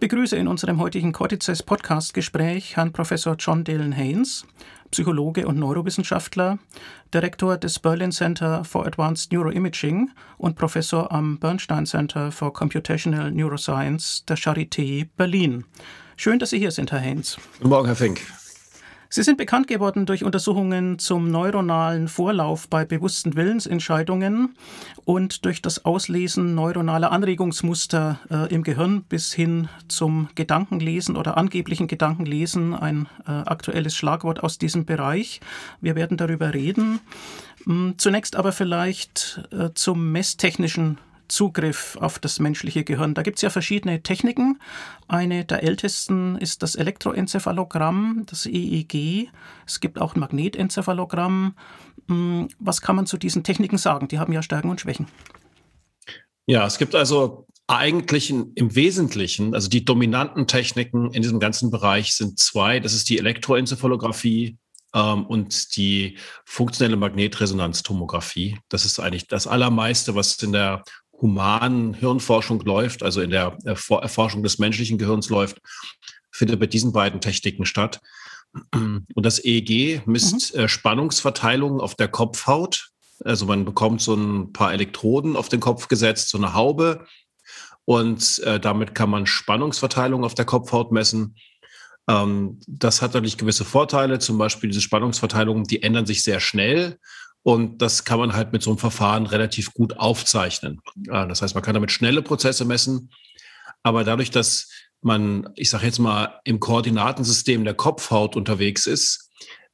begrüße in unserem heutigen Cortices-Podcast-Gespräch Herrn Professor John Dalen Haynes, Psychologe und Neurowissenschaftler, Direktor des Berlin Center for Advanced Neuroimaging und Professor am Bernstein Center for Computational Neuroscience der Charité Berlin. Schön, dass Sie hier sind, Herr Haynes. Guten Morgen, Herr Fink. Sie sind bekannt geworden durch Untersuchungen zum neuronalen Vorlauf bei bewussten Willensentscheidungen und durch das Auslesen neuronaler Anregungsmuster im Gehirn bis hin zum Gedankenlesen oder angeblichen Gedankenlesen, ein aktuelles Schlagwort aus diesem Bereich. Wir werden darüber reden. Zunächst aber vielleicht zum messtechnischen Zugriff auf das menschliche Gehirn. Da gibt es ja verschiedene Techniken. Eine der ältesten ist das Elektroenzephalogramm, das EEG. Es gibt auch ein Magnetenzephalogramm. Was kann man zu diesen Techniken sagen? Die haben ja Stärken und Schwächen. Ja, es gibt also eigentlich im Wesentlichen, also die dominanten Techniken in diesem ganzen Bereich sind zwei. Das ist die Elektroenzephalographie und die funktionelle Magnetresonanztomographie. Das ist eigentlich das Allermeiste, was in der humanen Hirnforschung läuft, also in der Erforschung des menschlichen Gehirns läuft, findet bei diesen beiden Techniken statt. Und das EEG misst Spannungsverteilungen auf der Kopfhaut. Also man bekommt so ein paar Elektroden auf den Kopf gesetzt, so eine Haube. Und damit kann man Spannungsverteilungen auf der Kopfhaut messen. Das hat natürlich gewisse Vorteile. Zum Beispiel diese Spannungsverteilungen, die ändern sich sehr schnell. Und das kann man halt mit so einem Verfahren relativ gut aufzeichnen. Das heißt, man kann damit schnelle Prozesse messen. Aber dadurch, dass man, ich sage jetzt mal, im Koordinatensystem der Kopfhaut unterwegs ist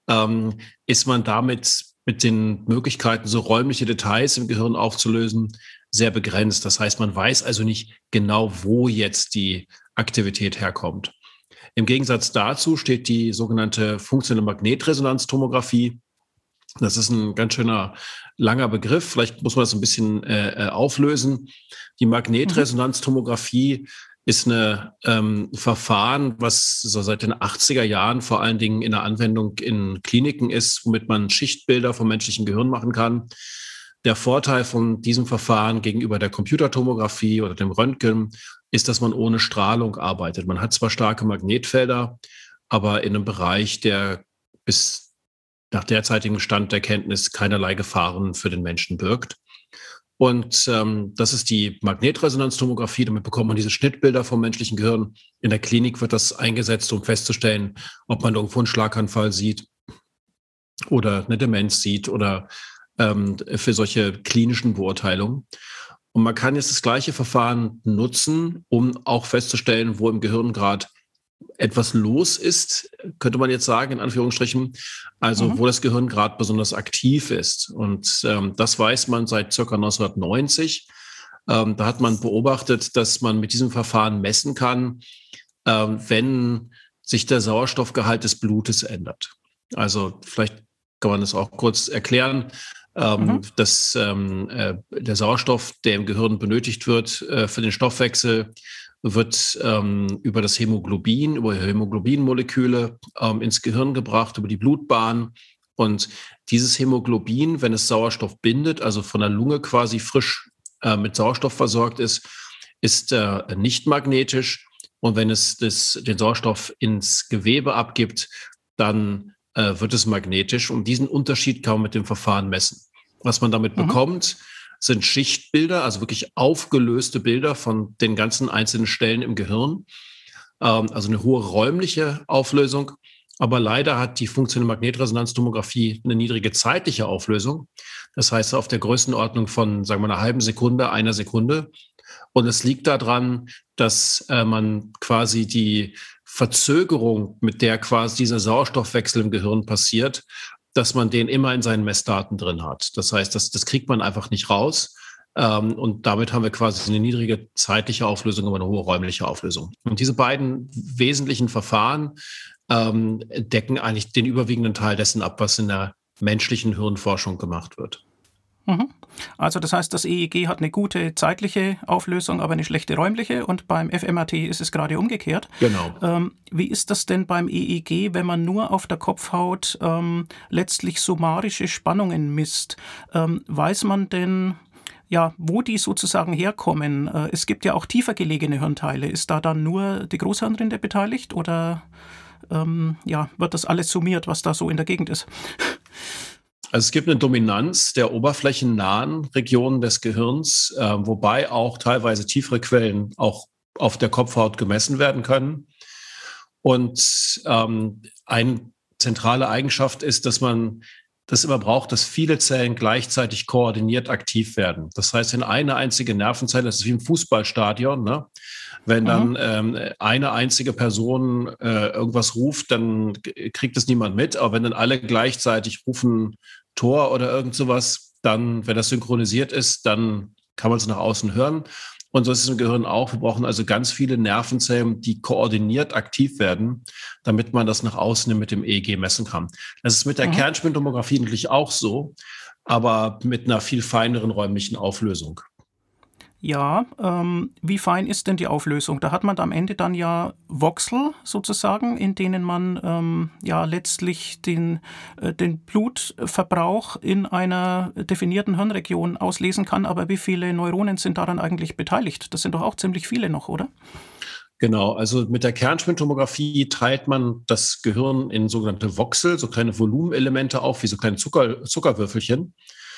man damit mit den Möglichkeiten, so räumliche Details im Gehirn aufzulösen, sehr begrenzt. Das heißt, man weiß also nicht genau, wo jetzt die Aktivität herkommt. Im Gegensatz dazu steht die sogenannte funktionelle Magnetresonanztomographie. Das ist ein ganz schöner langer Begriff. Vielleicht muss man das ein bisschen auflösen. Die Magnetresonanztomographie ist eine Verfahren, was so seit den 80er Jahren vor allen Dingen in der Anwendung in Kliniken ist, womit man Schichtbilder vom menschlichen Gehirn machen kann. Der Vorteil von diesem Verfahren gegenüber der Computertomographie oder dem Röntgen ist, dass man ohne Strahlung arbeitet. Man hat zwar starke Magnetfelder, aber in einem Bereich, der bis nach derzeitigem Stand der Kenntnis keinerlei Gefahren für den Menschen birgt. Und das ist die Magnetresonanztomographie. Damit bekommt man diese Schnittbilder vom menschlichen Gehirn. In der Klinik wird das eingesetzt, um festzustellen, ob man irgendwo einen Schlaganfall sieht oder eine Demenz sieht oder für solche klinischen Beurteilungen. Und man kann jetzt das gleiche Verfahren nutzen, um auch festzustellen, wo im Gehirn gerade etwas los ist, könnte man jetzt sagen, in Anführungsstrichen, also wo das Gehirn gerade besonders aktiv ist. Und das weiß man seit ca. 1990. Da hat man beobachtet, dass man mit diesem Verfahren messen kann, wenn sich der Sauerstoffgehalt des Blutes ändert. Also vielleicht kann man das auch kurz erklären, dass der Sauerstoff, der im Gehirn benötigt wird für den Stoffwechsel, wird über das Hämoglobin, über Hämoglobinmoleküle ins Gehirn gebracht, über die Blutbahn. Und dieses Hämoglobin, wenn es Sauerstoff bindet, also von der Lunge quasi frisch mit Sauerstoff versorgt ist nicht magnetisch. Und wenn es den Sauerstoff ins Gewebe abgibt, dann wird es magnetisch. Und diesen Unterschied kann man mit dem Verfahren messen. Was man damit bekommt, sind Schichtbilder, also wirklich aufgelöste Bilder von den ganzen einzelnen Stellen im Gehirn. Also eine hohe räumliche Auflösung. Aber leider hat die funktionelle Magnetresonanztomographie eine niedrige zeitliche Auflösung. Das heißt, auf der Größenordnung von, sagen wir mal, einer halben Sekunde, einer Sekunde. Und es liegt daran, dass man quasi die Verzögerung, mit der quasi dieser Sauerstoffwechsel im Gehirn passiert, dass man den immer in seinen Messdaten drin hat. Das heißt, das kriegt man einfach nicht raus. Und damit haben wir quasi eine niedrige zeitliche Auflösung, aber eine hohe räumliche Auflösung. Und diese beiden wesentlichen Verfahren decken eigentlich den überwiegenden Teil dessen ab, was in der menschlichen Hirnforschung gemacht wird. Also das heißt, das EEG hat eine gute zeitliche Auflösung, aber eine schlechte räumliche, und beim fMRT ist es gerade umgekehrt. Genau. Wie ist das denn beim EEG, wenn man nur auf der Kopfhaut letztlich summarische Spannungen misst? Weiß man denn, ja, wo die sozusagen herkommen. Es gibt ja auch tiefer gelegene Hirnteile. Ist da dann nur die Großhirnrinde beteiligt oder wird das alles summiert, was da so in der Gegend ist? Also es gibt eine Dominanz der oberflächennahen Regionen des Gehirns, wobei auch teilweise tiefere Quellen auch auf der Kopfhaut gemessen werden können. Und eine zentrale Eigenschaft ist, dass man das immer braucht, dass viele Zellen gleichzeitig koordiniert aktiv werden. Das heißt, in eine einzige Nervenzelle, das ist wie im Fußballstadion, ne? Wenn dann eine einzige Person irgendwas ruft, dann kriegt es niemand mit. Aber wenn dann alle gleichzeitig rufen Tor oder irgend sowas, dann, wenn das synchronisiert ist, dann kann man es nach außen hören. Und so ist es im Gehirn auch. Wir brauchen also ganz viele Nervenzellen, die koordiniert aktiv werden, damit man das nach außen mit dem EEG messen kann. Das ist mit der Kernspintomographie natürlich auch so, aber mit einer viel feineren räumlichen Auflösung. Ja, wie fein ist denn die Auflösung? Da hat man am Ende dann ja Voxel sozusagen, in denen man letztlich den Blutverbrauch in einer definierten Hirnregion auslesen kann. Aber wie viele Neuronen sind daran eigentlich beteiligt? Das sind doch auch ziemlich viele noch, oder? Genau, also mit der Kernspintomographie teilt man das Gehirn in sogenannte Voxel, so kleine Volumenelemente auf, wie so kleine Zuckerwürfelchen.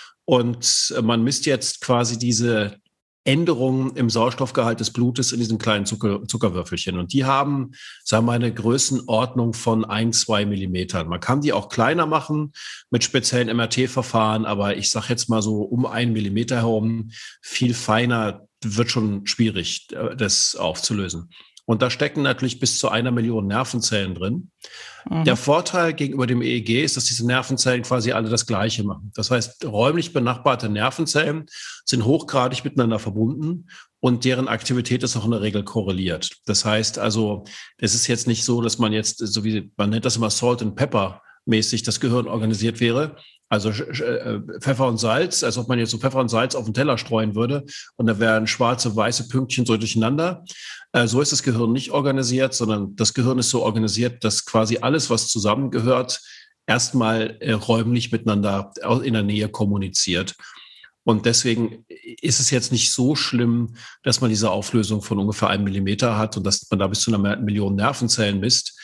Und man misst jetzt quasi diese Änderungen im Sauerstoffgehalt des Blutes in diesen kleinen Zuckerwürfelchen. Und die haben, sagen wir mal, eine Größenordnung von 1-2 Millimetern. Man kann die auch kleiner machen mit speziellen MRT-Verfahren, aber ich sage jetzt mal so um 1 Millimeter herum, viel feiner wird schon schwierig, das aufzulösen. Und da stecken natürlich bis zu 1 Million Nervenzellen drin. Der Vorteil gegenüber dem EEG ist, dass diese Nervenzellen quasi alle das Gleiche machen. Das heißt, räumlich benachbarte Nervenzellen sind hochgradig miteinander verbunden und deren Aktivität ist auch in der Regel korreliert. Das heißt also, es ist jetzt nicht so, dass man jetzt, so wie man nennt das immer Salt and Pepper mäßig, das Gehirn organisiert wäre. Also Pfeffer und Salz, als ob man jetzt so Pfeffer und Salz auf den Teller streuen würde und da wären schwarze, weiße Pünktchen so durcheinander. So ist das Gehirn nicht organisiert, sondern das Gehirn ist so organisiert, dass quasi alles, was zusammengehört, erstmal räumlich miteinander in der Nähe kommuniziert. Und deswegen ist es jetzt nicht so schlimm, dass man diese Auflösung von ungefähr 1 Millimeter hat und dass man da bis zu 1 Million Nervenzellen misst.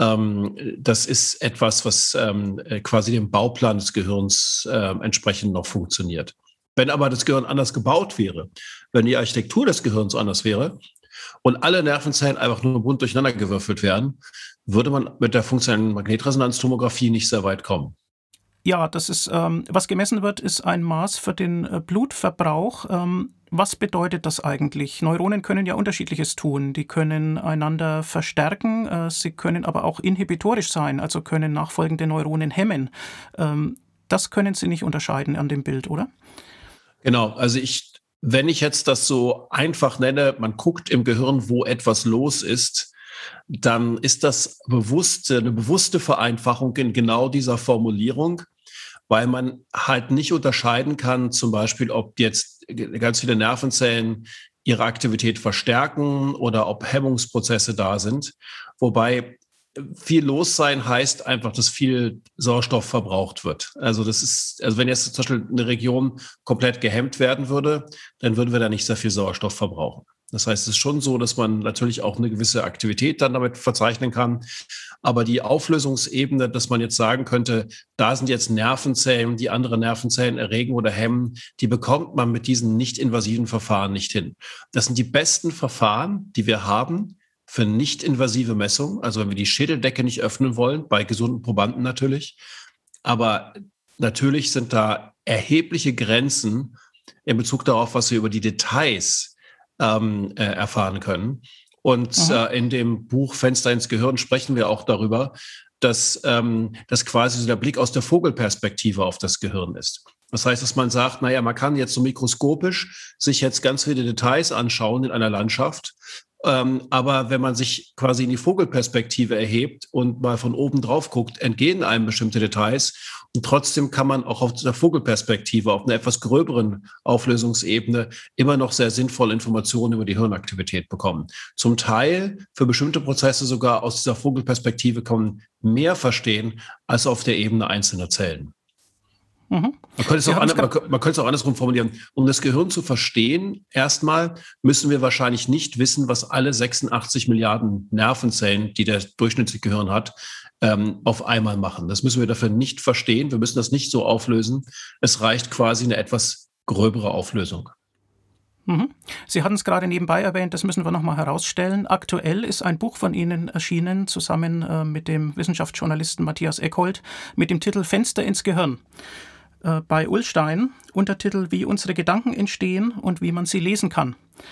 Das ist etwas, was quasi dem Bauplan des Gehirns entsprechend noch funktioniert. Wenn aber das Gehirn anders gebaut wäre, wenn die Architektur des Gehirns anders wäre und alle Nervenzellen einfach nur bunt durcheinander gewürfelt werden, würde man mit der funktionellen Magnetresonanztomographie nicht sehr weit kommen. Ja, das ist, was gemessen wird, ist ein Maß für den Blutverbrauch. Was bedeutet das eigentlich? Neuronen können ja Unterschiedliches tun. Die können einander verstärken, sie können aber auch inhibitorisch sein, also können nachfolgende Neuronen hemmen. Das können Sie nicht unterscheiden an dem Bild, oder? Genau, also wenn ich jetzt das so einfach nenne, man guckt im Gehirn, wo etwas los ist, dann ist das eine bewusste Vereinfachung in genau dieser Formulierung, weil man halt nicht unterscheiden kann, zum Beispiel, ob jetzt ganz viele Nervenzellen ihre Aktivität verstärken oder ob Hemmungsprozesse da sind. Wobei viel los sein heißt einfach, dass viel Sauerstoff verbraucht wird. Also wenn jetzt zum Beispiel eine Region komplett gehemmt werden würde, dann würden wir da nicht sehr viel Sauerstoff verbrauchen. Das heißt, es ist schon so, dass man natürlich auch eine gewisse Aktivität dann damit verzeichnen kann. Aber die Auflösungsebene, dass man jetzt sagen könnte, da sind jetzt Nervenzellen, die andere Nervenzellen erregen oder hemmen, die bekommt man mit diesen nicht-invasiven Verfahren nicht hin. Das sind die besten Verfahren, die wir haben für nicht-invasive Messungen. Also wenn wir die Schädeldecke nicht öffnen wollen, bei gesunden Probanden natürlich. Aber natürlich sind da erhebliche Grenzen in Bezug darauf, was wir über die Details erfahren können. Und in dem Buch Fenster ins Gehirn sprechen wir auch darüber, dass das quasi so der Blick aus der Vogelperspektive auf das Gehirn ist. Das heißt, dass man sagt, naja, man kann jetzt so mikroskopisch sich jetzt ganz viele Details anschauen in einer Landschaft. Aber wenn man sich quasi in die Vogelperspektive erhebt und mal von oben drauf guckt, entgehen einem bestimmte Details. Und trotzdem kann man auch auf der Vogelperspektive, auf einer etwas gröberen Auflösungsebene, immer noch sehr sinnvolle Informationen über die Hirnaktivität bekommen. Zum Teil für bestimmte Prozesse sogar aus dieser Vogelperspektive kann man mehr verstehen als auf der Ebene einzelner Zellen. Mhm. Man könnte es auch andersrum formulieren. Um das Gehirn zu verstehen, erstmal müssen wir wahrscheinlich nicht wissen, was alle 86 Milliarden Nervenzellen, die der durchschnittliche Gehirn hat, auf einmal machen. Das müssen wir dafür nicht verstehen. Wir müssen das nicht so auflösen. Es reicht quasi eine etwas gröbere Auflösung. Mhm. Sie hatten es gerade nebenbei erwähnt, das müssen wir nochmal herausstellen. Aktuell ist ein Buch von Ihnen erschienen, zusammen mit dem Wissenschaftsjournalisten Matthias Eckhold, mit dem Titel Fenster ins Gehirn. Bei Ullstein, Untertitel Wie unsere Gedanken entstehen und wie man sie lesen kann.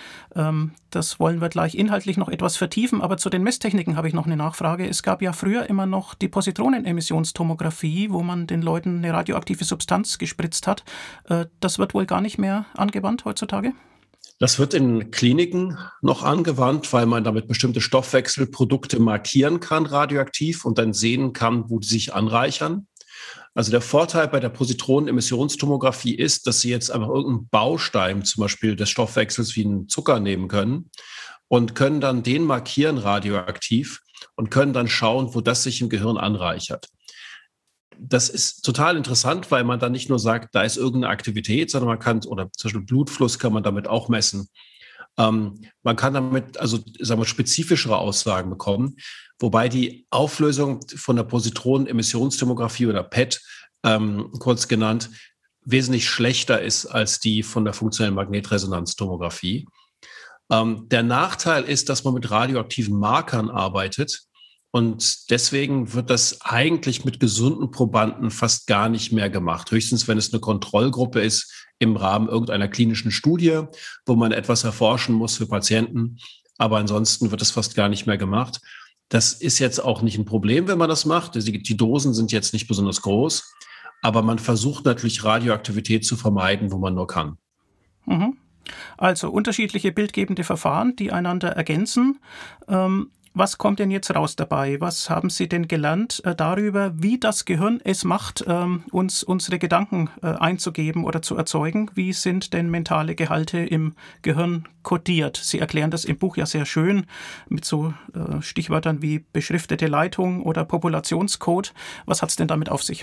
Das wollen wir gleich inhaltlich noch etwas vertiefen, aber zu den Messtechniken habe ich noch eine Nachfrage. Es gab ja früher immer noch die Positronenemissionstomographie, wo man den Leuten eine radioaktive Substanz gespritzt hat. Das wird wohl gar nicht mehr angewandt heutzutage? Das wird in Kliniken noch angewandt, weil man damit bestimmte Stoffwechselprodukte markieren kann, radioaktiv, und dann sehen kann, wo die sich anreichern. Also der Vorteil bei der Positronenemissionstomographie ist, dass Sie jetzt einfach irgendeinen Baustein, zum Beispiel des Stoffwechsels wie einen Zucker, nehmen können und können dann den markieren radioaktiv und können dann schauen, wo das sich im Gehirn anreichert. Das ist total interessant, weil man dann nicht nur sagt, da ist irgendeine Aktivität, sondern man kann, oder zum Beispiel Blutfluss kann man damit auch messen. Man kann damit also, sagen wir, spezifischere Aussagen bekommen, wobei die Auflösung von der Positronenemissionstomographie oder PET, kurz genannt, wesentlich schlechter ist als die von der funktionellen Magnetresonanztomographie. Der Nachteil ist, dass man mit radioaktiven Markern arbeitet. Und deswegen wird das eigentlich mit gesunden Probanden fast gar nicht mehr gemacht. Höchstens, wenn es eine Kontrollgruppe ist im Rahmen irgendeiner klinischen Studie, wo man etwas erforschen muss für Patienten. Aber ansonsten wird es fast gar nicht mehr gemacht. Das ist jetzt auch nicht ein Problem, wenn man das macht. Die Dosen sind jetzt nicht besonders groß. Aber man versucht natürlich, Radioaktivität zu vermeiden, wo man nur kann. Mhm. Also unterschiedliche bildgebende Verfahren, die einander ergänzen. Was kommt denn jetzt raus dabei? Was haben Sie denn gelernt darüber, wie das Gehirn es macht, uns unsere Gedanken einzugeben oder zu erzeugen? Wie sind denn mentale Gehalte im Gehirn kodiert? Sie erklären das im Buch ja sehr schön mit so Stichwörtern wie beschriftete Leitung oder Populationscode. Was hat es denn damit auf sich?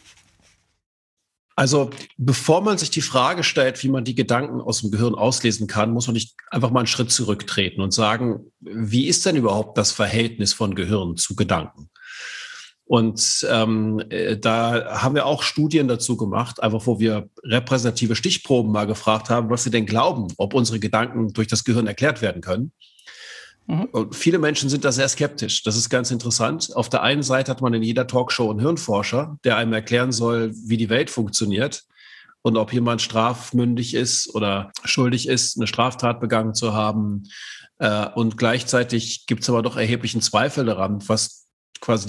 Also bevor man sich die Frage stellt, wie man die Gedanken aus dem Gehirn auslesen kann, muss man nicht einfach mal einen Schritt zurücktreten und sagen, wie ist denn überhaupt das Verhältnis von Gehirn zu Gedanken? Und da haben wir auch Studien dazu gemacht, einfach wo wir repräsentative Stichproben mal gefragt haben, was sie denn glauben, ob unsere Gedanken durch das Gehirn erklärt werden können. Mhm. Und viele Menschen sind da sehr skeptisch. Das ist ganz interessant. Auf der einen Seite hat man in jeder Talkshow einen Hirnforscher, der einem erklären soll, wie die Welt funktioniert und ob jemand strafmündig ist oder schuldig ist, eine Straftat begangen zu haben. Und gleichzeitig gibt es aber doch erheblichen Zweifel daran, was quasi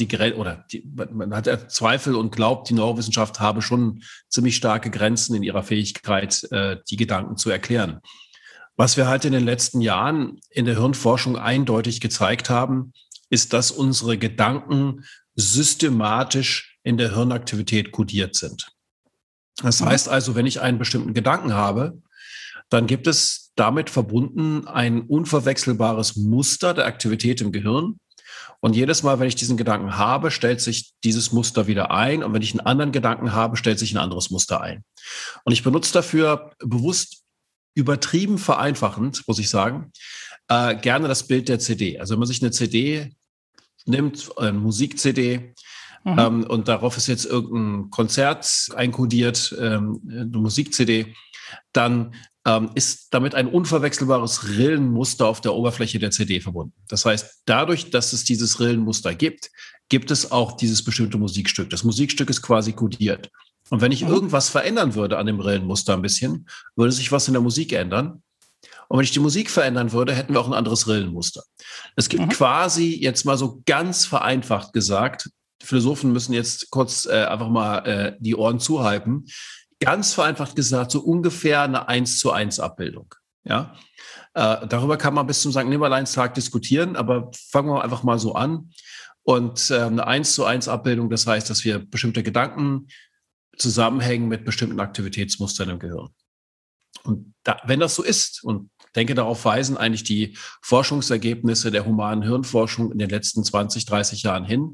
man hat ja Zweifel und glaubt, die Neurowissenschaft habe schon ziemlich starke Grenzen in ihrer Fähigkeit, die Gedanken zu erklären. Was wir halt in den letzten Jahren in der Hirnforschung eindeutig gezeigt haben, ist, dass unsere Gedanken systematisch in der Hirnaktivität kodiert sind. Das heißt also, wenn ich einen bestimmten Gedanken habe, dann gibt es damit verbunden ein unverwechselbares Muster der Aktivität im Gehirn. Und jedes Mal, wenn ich diesen Gedanken habe, stellt sich dieses Muster wieder ein. Und wenn ich einen anderen Gedanken habe, stellt sich ein anderes Muster ein. Und ich benutze dafür bewusst übertrieben vereinfachend, muss ich sagen, gerne das Bild der CD. Also wenn man sich eine CD nimmt, eine Musik-CD, und darauf ist jetzt irgendein Konzert einkodiert, eine Musik-CD, dann ist damit ein unverwechselbares Rillenmuster auf der Oberfläche der CD verbunden. Das heißt, dadurch, dass es dieses Rillenmuster gibt, gibt es auch dieses bestimmte Musikstück. Das Musikstück ist quasi kodiert. Und wenn ich irgendwas verändern würde an dem Rillenmuster ein bisschen, würde sich was in der Musik ändern. Und wenn ich die Musik verändern würde, hätten wir auch ein anderes Rillenmuster. Es gibt quasi, jetzt mal so ganz vereinfacht gesagt, Philosophen müssen jetzt kurz einfach mal die Ohren zuhalten, ganz vereinfacht gesagt, so ungefähr eine 1:1 Abbildung. Ja? Darüber kann man bis zum St. Nimmerleinstag diskutieren, aber fangen wir einfach mal so an. Und eine 1:1 Abbildung, das heißt, dass wir bestimmte Gedanken zusammenhängen mit bestimmten Aktivitätsmustern im Gehirn. Und wenn das so ist, und denke, darauf weisen eigentlich die Forschungsergebnisse der humanen Hirnforschung in den letzten 20, 30 Jahren hin,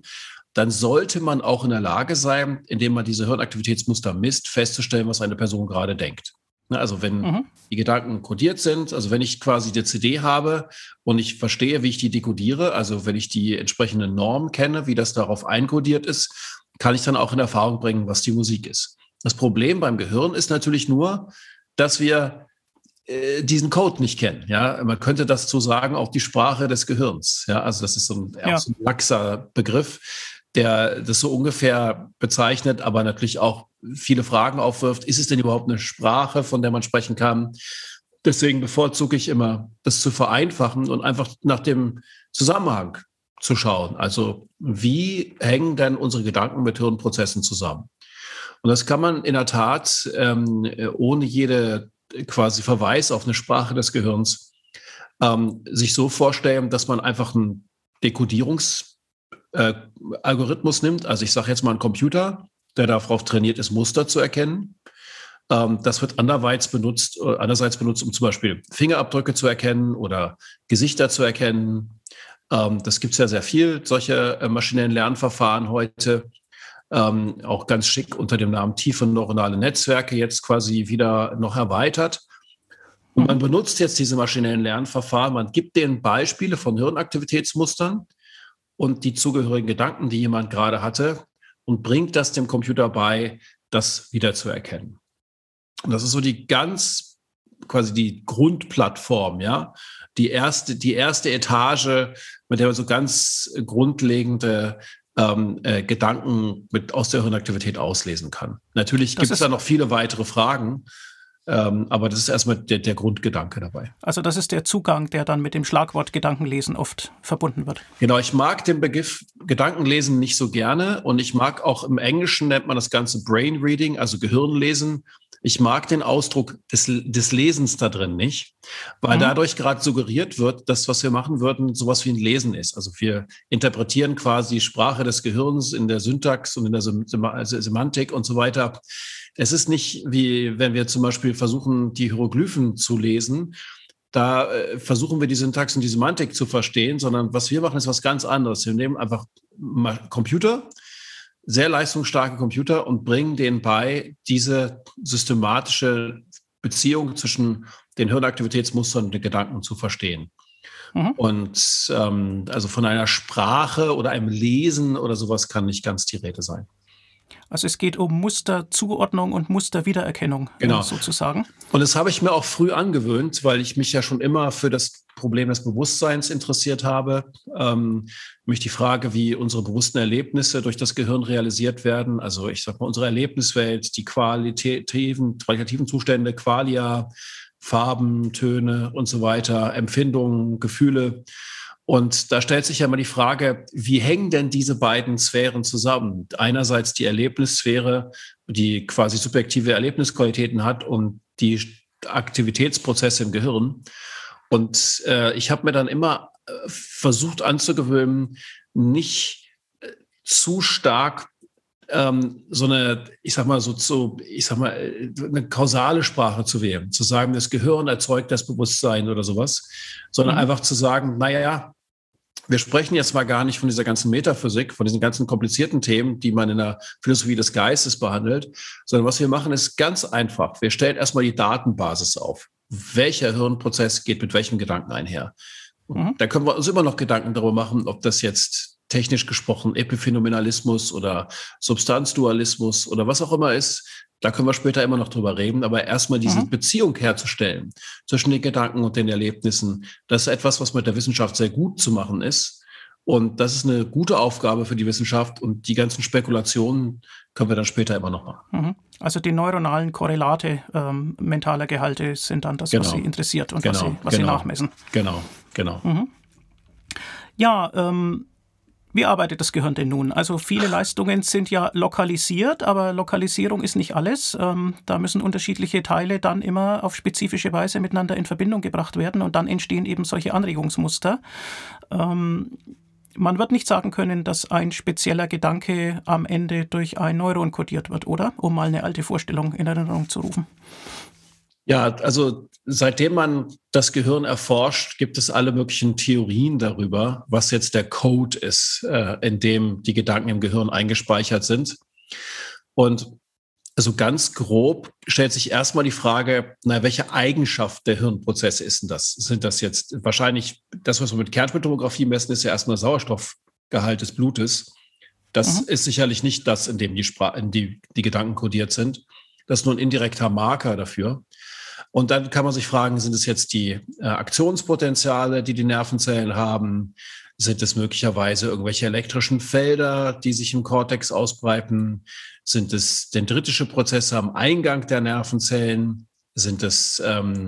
dann sollte man auch in der Lage sein, indem man diese Hirnaktivitätsmuster misst, festzustellen, was eine Person gerade denkt. Also wenn die Gedanken kodiert sind, also wenn ich quasi die CD habe und ich verstehe, wie ich die dekodiere, also wenn ich die entsprechende Norm kenne, wie das darauf einkodiert ist, kann ich dann auch in Erfahrung bringen, was die Musik ist. Das Problem beim Gehirn ist natürlich nur, dass wir diesen Code nicht kennen. Ja, man könnte das so sagen, auch die Sprache des Gehirns. Ja, also das ist so ein laxer Begriff, der das so ungefähr bezeichnet, aber natürlich auch viele Fragen aufwirft. Ist es denn überhaupt eine Sprache, von der man sprechen kann? Deswegen bevorzuge ich immer, das zu vereinfachen und einfach nach dem Zusammenhang zu schauen. Also wie hängen denn unsere Gedanken mit Hirnprozessen zusammen? Und das kann man in der Tat ohne jede quasi Verweis auf eine Sprache des Gehirns sich so vorstellen, dass man einfach einen Dekodierungsalgorithmus nimmt. Also ich sage jetzt mal einen Computer, der darauf trainiert ist, Muster zu erkennen. Das wird andererseits benutzt, um zum Beispiel Fingerabdrücke zu erkennen oder Gesichter zu erkennen. Das gibt es ja sehr viel, solche maschinellen Lernverfahren heute. Auch ganz schick unter dem Namen tiefe neuronale Netzwerke jetzt quasi wieder noch erweitert. Und man benutzt jetzt diese maschinellen Lernverfahren, man gibt denen Beispiele von Hirnaktivitätsmustern und die zugehörigen Gedanken, die jemand gerade hatte, und bringt das dem Computer bei, das wiederzuerkennen. Und das ist so quasi die Grundplattform, ja, die erste Etage, mit der man so ganz grundlegende Gedanken aus der Hirnaktivität auslesen kann. Natürlich gibt es da noch viele weitere Fragen, aber das ist erstmal der Grundgedanke dabei. Also das ist der Zugang, der dann mit dem Schlagwort Gedankenlesen oft verbunden wird. Genau, ich mag den Begriff Gedankenlesen nicht so gerne und ich mag auch im Englischen nennt man das Ganze Brain Reading, also Gehirnlesen. Ich mag den Ausdruck des Lesens da drin nicht, weil dadurch gerade suggeriert wird, dass was wir machen würden, sowas wie ein Lesen ist. Also wir interpretieren quasi die Sprache des Gehirns in der Syntax und in der Semantik und so weiter. Es ist nicht wie, wenn wir zum Beispiel versuchen, die Hieroglyphen zu lesen, da versuchen wir die Syntax und die Semantik zu verstehen, sondern was wir machen, ist was ganz anderes. Wir nehmen einfach Computer, sehr leistungsstarke Computer und bringen denen bei, diese systematische Beziehung zwischen den Hirnaktivitätsmustern und den Gedanken zu verstehen. Und also von einer Sprache oder einem Lesen oder sowas kann nicht ganz die Rede sein. Also es geht um Musterzuordnung und Musterwiedererkennung, sozusagen. Und das habe ich mir auch früh angewöhnt, weil ich mich ja schon immer für das Problem des Bewusstseins interessiert habe. Mich die Frage, wie unsere bewussten Erlebnisse durch das Gehirn realisiert werden. Also ich sage mal, unsere Erlebniswelt, die qualitativen Zustände, Qualia, Farben, Töne und so weiter, Empfindungen, Gefühle. Und da stellt sich ja immer die Frage, wie hängen denn diese beiden Sphären zusammen? Einerseits die Erlebnissphäre, die quasi subjektive Erlebnisqualitäten hat und die Aktivitätsprozesse im Gehirn. Und ich habe mir dann immer versucht anzugewöhnen, nicht zu stark so eine, eine kausale Sprache zu wählen, zu sagen, das Gehirn erzeugt das Bewusstsein oder sowas, sondern einfach zu sagen, naja, wir sprechen jetzt mal gar nicht von dieser ganzen Metaphysik, von diesen ganzen komplizierten Themen, die man in der Philosophie des Geistes behandelt, sondern was wir machen, ist ganz einfach. Wir stellen erstmal die Datenbasis auf. Welcher Hirnprozess geht mit welchem Gedanken einher? Da können wir uns immer noch Gedanken darüber machen, ob das jetzt technisch gesprochen Epiphänomenalismus oder Substanzdualismus oder was auch immer ist. Da können wir später immer noch drüber reden. Aber erstmal diese Beziehung herzustellen zwischen den Gedanken und den Erlebnissen, das ist etwas, was mit der Wissenschaft sehr gut zu machen ist. Und das ist eine gute Aufgabe für die Wissenschaft. Und die ganzen Spekulationen können wir dann später immer noch machen. Also die neuronalen Korrelate mentaler Gehalte sind dann das, was Sie interessiert und was Sie nachmessen. Genau. Ja, wie arbeitet das Gehirn denn nun? Also viele Leistungen sind ja lokalisiert, aber Lokalisierung ist nicht alles. Da müssen unterschiedliche Teile dann immer auf spezifische Weise miteinander in Verbindung gebracht werden und dann entstehen eben solche Anregungsmuster. Man wird nicht sagen können, dass ein spezieller Gedanke am Ende durch ein Neuron kodiert wird, oder? Um mal eine alte Vorstellung in Erinnerung zu rufen. Ja, also seitdem man das Gehirn erforscht, gibt es alle möglichen Theorien darüber, was jetzt der Code ist, in dem die Gedanken im Gehirn eingespeichert sind. Und also ganz grob stellt sich erstmal die Frage, welche Eigenschaft der Hirnprozesse ist denn das? Sind das jetzt wahrscheinlich, das, was wir mit Kernspintomographie messen, ist ja erstmal Sauerstoffgehalt des Blutes. Das ist sicherlich nicht das, in dem die Gedanken kodiert sind. Das ist nur ein indirekter Marker dafür. Und dann kann man sich fragen, sind es jetzt die Aktionspotenziale, die die Nervenzellen haben? Sind es möglicherweise irgendwelche elektrischen Felder, die sich im Kortex ausbreiten? Sind es dendritische Prozesse am Eingang der Nervenzellen? Sind es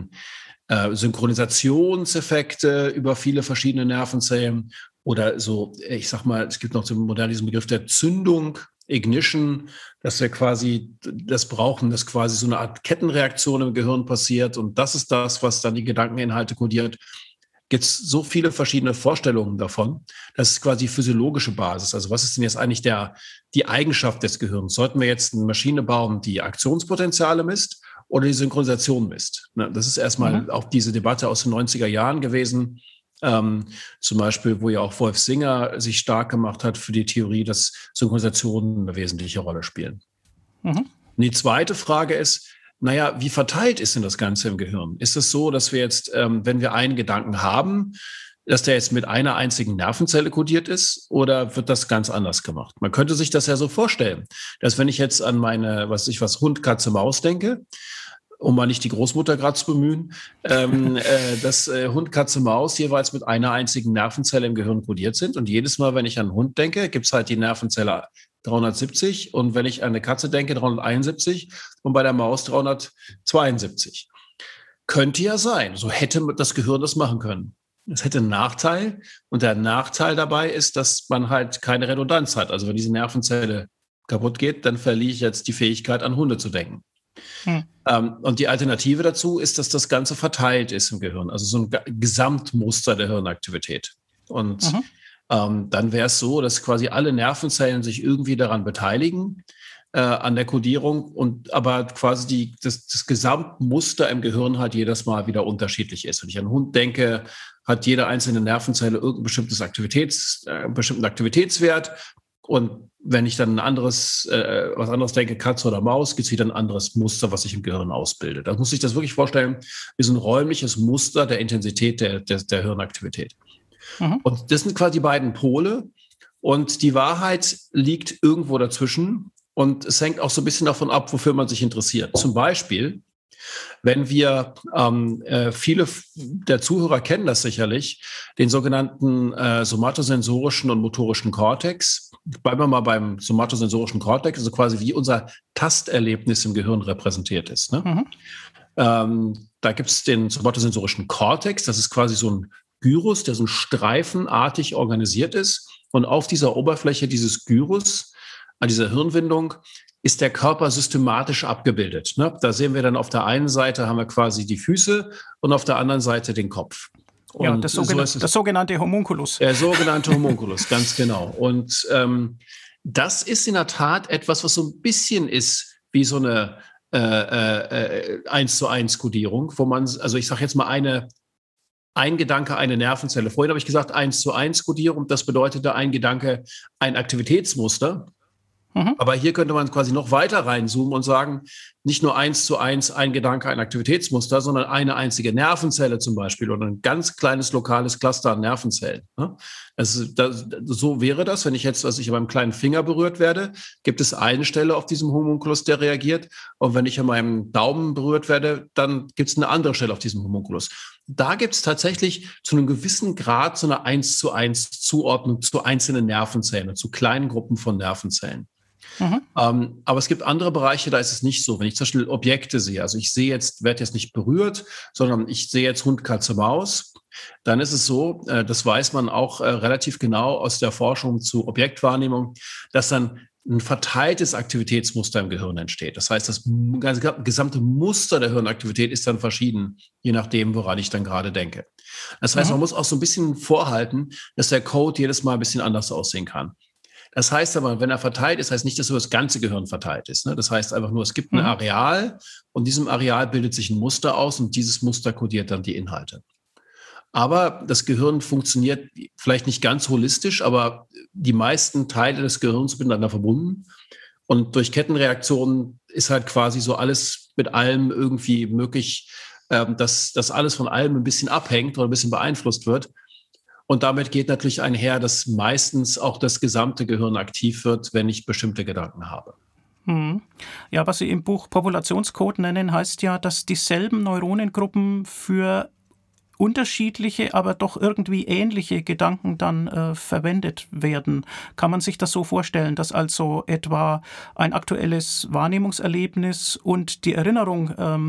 Synchronisationseffekte über viele verschiedene Nervenzellen? Oder so, ich sag mal, es gibt noch so modern diesen Begriff der Zündung, Ignition, dass wir quasi das brauchen, dass quasi so eine Art Kettenreaktion im Gehirn passiert. Und das ist das, was dann die Gedankeninhalte kodiert. Gibt es so viele verschiedene Vorstellungen davon. Das ist quasi physiologische Basis. Also was ist denn jetzt eigentlich die Eigenschaft des Gehirns? Sollten wir jetzt eine Maschine bauen, die Aktionspotenziale misst oder die Synchronisation misst? Das ist erstmal auch diese Debatte aus den 90er Jahren gewesen. Zum Beispiel, wo ja auch Wolf Singer sich stark gemacht hat für die Theorie, dass Synchronisationen eine wesentliche Rolle spielen. Und die zweite Frage ist, wie verteilt ist denn das Ganze im Gehirn? Ist es so, dass wir jetzt, wenn wir einen Gedanken haben, dass der jetzt mit einer einzigen Nervenzelle kodiert ist, oder wird das ganz anders gemacht? Man könnte sich das ja so vorstellen, dass wenn ich jetzt an meine, Hund, Katze, Maus denke, um mal nicht die Großmutter gerade zu bemühen, dass Hund, Katze, Maus jeweils mit einer einzigen Nervenzelle im Gehirn kodiert sind. Und jedes Mal, wenn ich an einen Hund denke, gibt es halt die Nervenzelle 370. Und wenn ich an eine Katze denke, 371. Und bei der Maus 372. Könnte ja sein. So hätte das Gehirn das machen können. Es hätte einen Nachteil. Und der Nachteil dabei ist, dass man halt keine Redundanz hat. Also wenn diese Nervenzelle kaputt geht, dann verliere ich jetzt die Fähigkeit, an Hunde zu denken. Und die Alternative dazu ist, dass das Ganze verteilt ist im Gehirn, also so ein Gesamtmuster der Hirnaktivität. Und dann wäre es so, dass quasi alle Nervenzellen sich irgendwie daran beteiligen, an der Kodierung, aber quasi das Gesamtmuster im Gehirn halt jedes Mal wieder unterschiedlich ist. Wenn ich an einen Hund denke, hat jede einzelne Nervenzelle irgendein bestimmten Aktivitätswert. Und wenn ich dann was anderes denke, Katze oder Maus, gibt es wieder ein anderes Muster, was sich im Gehirn ausbildet. Da muss ich das wirklich vorstellen, wie so ein räumliches Muster der Intensität der Hirnaktivität. Und das sind quasi die beiden Pole. Und die Wahrheit liegt irgendwo dazwischen. Und es hängt auch so ein bisschen davon ab, wofür man sich interessiert. Zum Beispiel, wenn wir, viele der Zuhörer kennen das sicherlich, den sogenannten somatosensorischen und motorischen Kortex. Bleiben wir mal beim somatosensorischen Kortex, also quasi wie unser Tasterlebnis im Gehirn repräsentiert ist. Ne? Da gibt es den somatosensorischen Kortex, das ist quasi so ein Gyrus, der so streifenartig organisiert ist. Und auf dieser Oberfläche dieses Gyrus, an dieser Hirnwindung, ist der Körper systematisch abgebildet. Ne? Da sehen wir dann auf der einen Seite haben wir quasi die Füße und auf der anderen Seite den Kopf. Und ja, das sogenannte Homunculus. Der sogenannte Homunculus, ganz genau. Und das ist in der Tat etwas, was so ein bisschen ist wie so eine 1:1 Kodierung, wo man, also ich sage jetzt mal ein Gedanke, eine Nervenzelle. Vorhin habe ich gesagt 1:1 Kodierung, das bedeutete ein Gedanke, ein Aktivitätsmuster. Aber hier könnte man quasi noch weiter reinzoomen und sagen, nicht nur 1:1 ein Gedanke, ein Aktivitätsmuster, sondern eine einzige Nervenzelle zum Beispiel oder ein ganz kleines lokales Cluster an Nervenzellen. So wäre das, wenn ich jetzt, beim kleinen Finger berührt werde, gibt es eine Stelle auf diesem Homunculus, der reagiert. Und wenn ich an meinem Daumen berührt werde, dann gibt es eine andere Stelle auf diesem Homunculus. Da gibt es tatsächlich zu einem gewissen Grad so eine 1:1 Zuordnung zu einzelnen Nervenzellen, zu kleinen Gruppen von Nervenzellen. Aber es gibt andere Bereiche, da ist es nicht so. Wenn ich zum Beispiel Objekte sehe, also werde jetzt nicht berührt, sondern ich sehe jetzt Hund, Katze, Maus, dann ist es so, das weiß man auch relativ genau aus der Forschung zu Objektwahrnehmung, dass dann ein verteiltes Aktivitätsmuster im Gehirn entsteht. Das heißt, das gesamte Muster der Hirnaktivität ist dann verschieden, je nachdem, woran ich dann gerade denke. Das heißt, man muss auch so ein bisschen vorhalten, dass der Code jedes Mal ein bisschen anders aussehen kann. Das heißt aber, wenn er verteilt ist, heißt nicht, dass er das ganze Gehirn verteilt ist. Ne? Das heißt einfach nur, es gibt ein Areal und diesem Areal bildet sich ein Muster aus und dieses Muster kodiert dann die Inhalte. Aber das Gehirn funktioniert vielleicht nicht ganz holistisch, aber die meisten Teile des Gehirns sind miteinander verbunden. Und durch Kettenreaktionen ist halt quasi so alles mit allem irgendwie möglich, dass alles von allem ein bisschen abhängt oder ein bisschen beeinflusst wird. Und damit geht natürlich einher, dass meistens auch das gesamte Gehirn aktiv wird, wenn ich bestimmte Gedanken habe. Ja, was Sie im Buch Populationscode nennen, heißt ja, dass dieselben Neuronengruppen für unterschiedliche, aber doch irgendwie ähnliche Gedanken dann verwendet werden. Kann man sich das so vorstellen, dass also etwa ein aktuelles Wahrnehmungserlebnis und die Erinnerung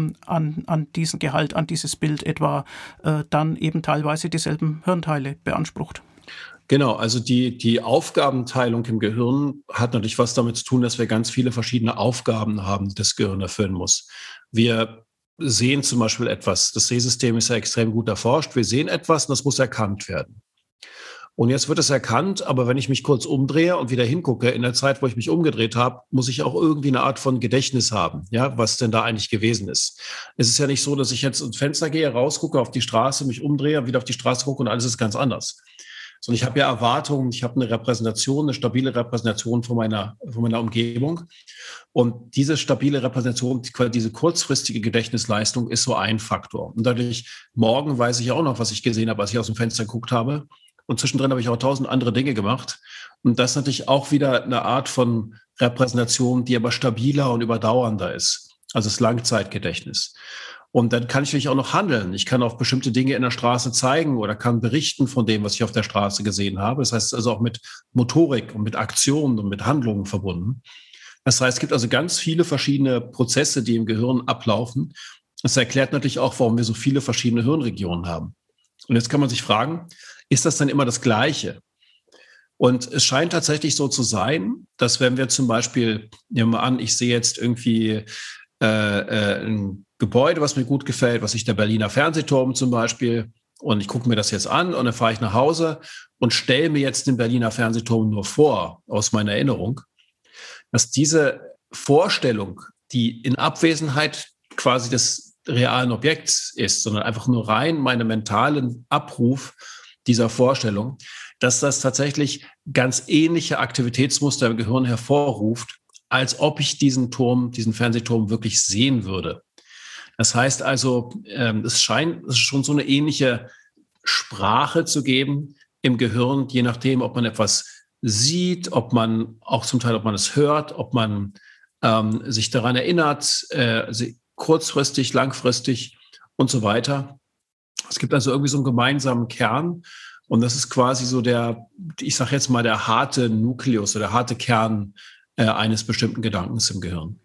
an diesen Gehalt, an dieses Bild etwa dann eben teilweise dieselben Hirnteile beansprucht? Genau, also die Aufgabenteilung im Gehirn hat natürlich was damit zu tun, dass wir ganz viele verschiedene Aufgaben haben, die das Gehirn erfüllen muss. Wir sehen zum Beispiel etwas. Das Sehsystem ist ja extrem gut erforscht. Wir sehen etwas und das muss erkannt werden. Und jetzt wird es erkannt, aber wenn ich mich kurz umdrehe und wieder hingucke, in der Zeit, wo ich mich umgedreht habe, muss ich auch irgendwie eine Art von Gedächtnis haben, ja, was denn da eigentlich gewesen ist. Es ist ja nicht so, dass ich jetzt ins Fenster gehe, rausgucke auf die Straße, mich umdrehe, wieder auf die Straße gucke und alles ist ganz anders. Sondern ich habe ja Erwartungen, ich habe eine Repräsentation, eine stabile Repräsentation von meiner Umgebung. Und diese stabile Repräsentation, diese kurzfristige Gedächtnisleistung ist so ein Faktor. Und dadurch, morgen weiß ich auch noch, was ich gesehen habe, als ich aus dem Fenster geguckt habe. Und zwischendrin habe ich auch 1000 andere Dinge gemacht. Und das ist natürlich auch wieder eine Art von Repräsentation, die aber stabiler und überdauernder ist. Also das Langzeitgedächtnis. Und dann kann ich natürlich auch noch handeln. Ich kann auf bestimmte Dinge in der Straße zeigen oder kann berichten von dem, was ich auf der Straße gesehen habe. Das heißt also auch mit Motorik und mit Aktionen und mit Handlungen verbunden. Das heißt, es gibt also ganz viele verschiedene Prozesse, die im Gehirn ablaufen. Das erklärt natürlich auch, warum wir so viele verschiedene Hirnregionen haben. Und jetzt kann man sich fragen, ist das dann immer das Gleiche? Und es scheint tatsächlich so zu sein, dass wenn wir zum Beispiel, nehmen wir an, ich sehe jetzt irgendwie ein Gebäude, was mir gut gefällt, was ist der Berliner Fernsehturm zum Beispiel, und ich gucke mir das jetzt an und dann fahre ich nach Hause und stelle mir jetzt den Berliner Fernsehturm nur vor aus meiner Erinnerung, dass diese Vorstellung, die in Abwesenheit quasi des realen Objekts ist, sondern einfach nur rein meinen mentalen Abruf dieser Vorstellung, dass das tatsächlich ganz ähnliche Aktivitätsmuster im Gehirn hervorruft, als ob ich diesen Fernsehturm wirklich sehen würde. Das heißt also, es scheint schon so eine ähnliche Sprache zu geben im Gehirn, je nachdem, ob man etwas sieht, ob man auch zum Teil, ob man es hört, ob man sich daran erinnert, kurzfristig, langfristig und so weiter. Es gibt also irgendwie so einen gemeinsamen Kern und das ist quasi so ich sage jetzt mal, der harte Nukleus oder der harte Kern eines bestimmten Gedankens im Gehirn.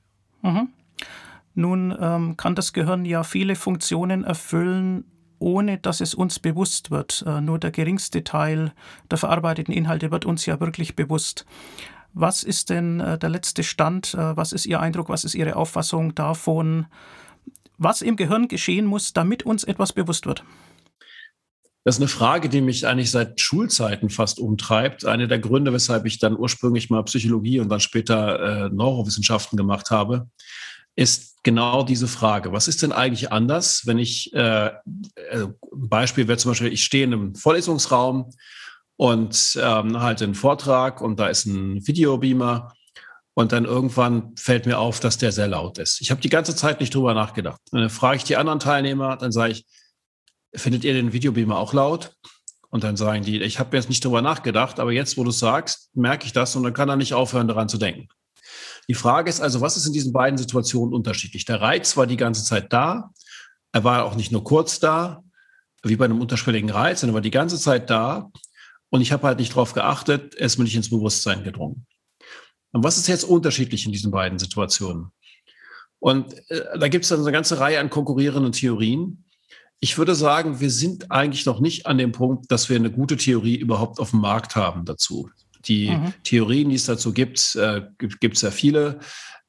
Nun kann das Gehirn ja viele Funktionen erfüllen, ohne dass es uns bewusst wird. Nur der geringste Teil der verarbeiteten Inhalte wird uns ja wirklich bewusst. Was ist denn der letzte Stand? Was ist Ihr Eindruck? Was ist Ihre Auffassung davon, was im Gehirn geschehen muss, damit uns etwas bewusst wird? Das ist eine Frage, die mich eigentlich seit Schulzeiten fast umtreibt. Einer der Gründe, weshalb ich dann ursprünglich mal Psychologie und dann später Neurowissenschaften gemacht habe, ist genau diese Frage. Was ist denn eigentlich anders, wenn ich, ein Beispiel wäre zum Beispiel, ich stehe in einem Vorlesungsraum und halte einen Vortrag und da ist ein Videobeamer und dann irgendwann fällt mir auf, dass der sehr laut ist. Ich habe die ganze Zeit nicht drüber nachgedacht. Und dann frage ich die anderen Teilnehmer, dann sage ich, findet ihr den Videobeamer auch laut? Und dann sagen die, ich habe jetzt nicht drüber nachgedacht, aber jetzt, wo du es sagst, merke ich das und dann kann er nicht aufhören, daran zu denken. Die Frage ist also, was ist in diesen beiden Situationen unterschiedlich? Der Reiz war die ganze Zeit da. Er war auch nicht nur kurz da, wie bei einem unterschwelligen Reiz, sondern er war die ganze Zeit da. Und ich habe halt nicht darauf geachtet, er ist mir nicht ins Bewusstsein gedrungen. Und was ist jetzt unterschiedlich in diesen beiden Situationen? Und da gibt es dann eine ganze Reihe an konkurrierenden Theorien. Ich würde sagen, wir sind eigentlich noch nicht an dem Punkt, dass wir eine gute Theorie überhaupt auf dem Markt haben dazu. Die Theorien, die es dazu gibt, gibt es sehr viele.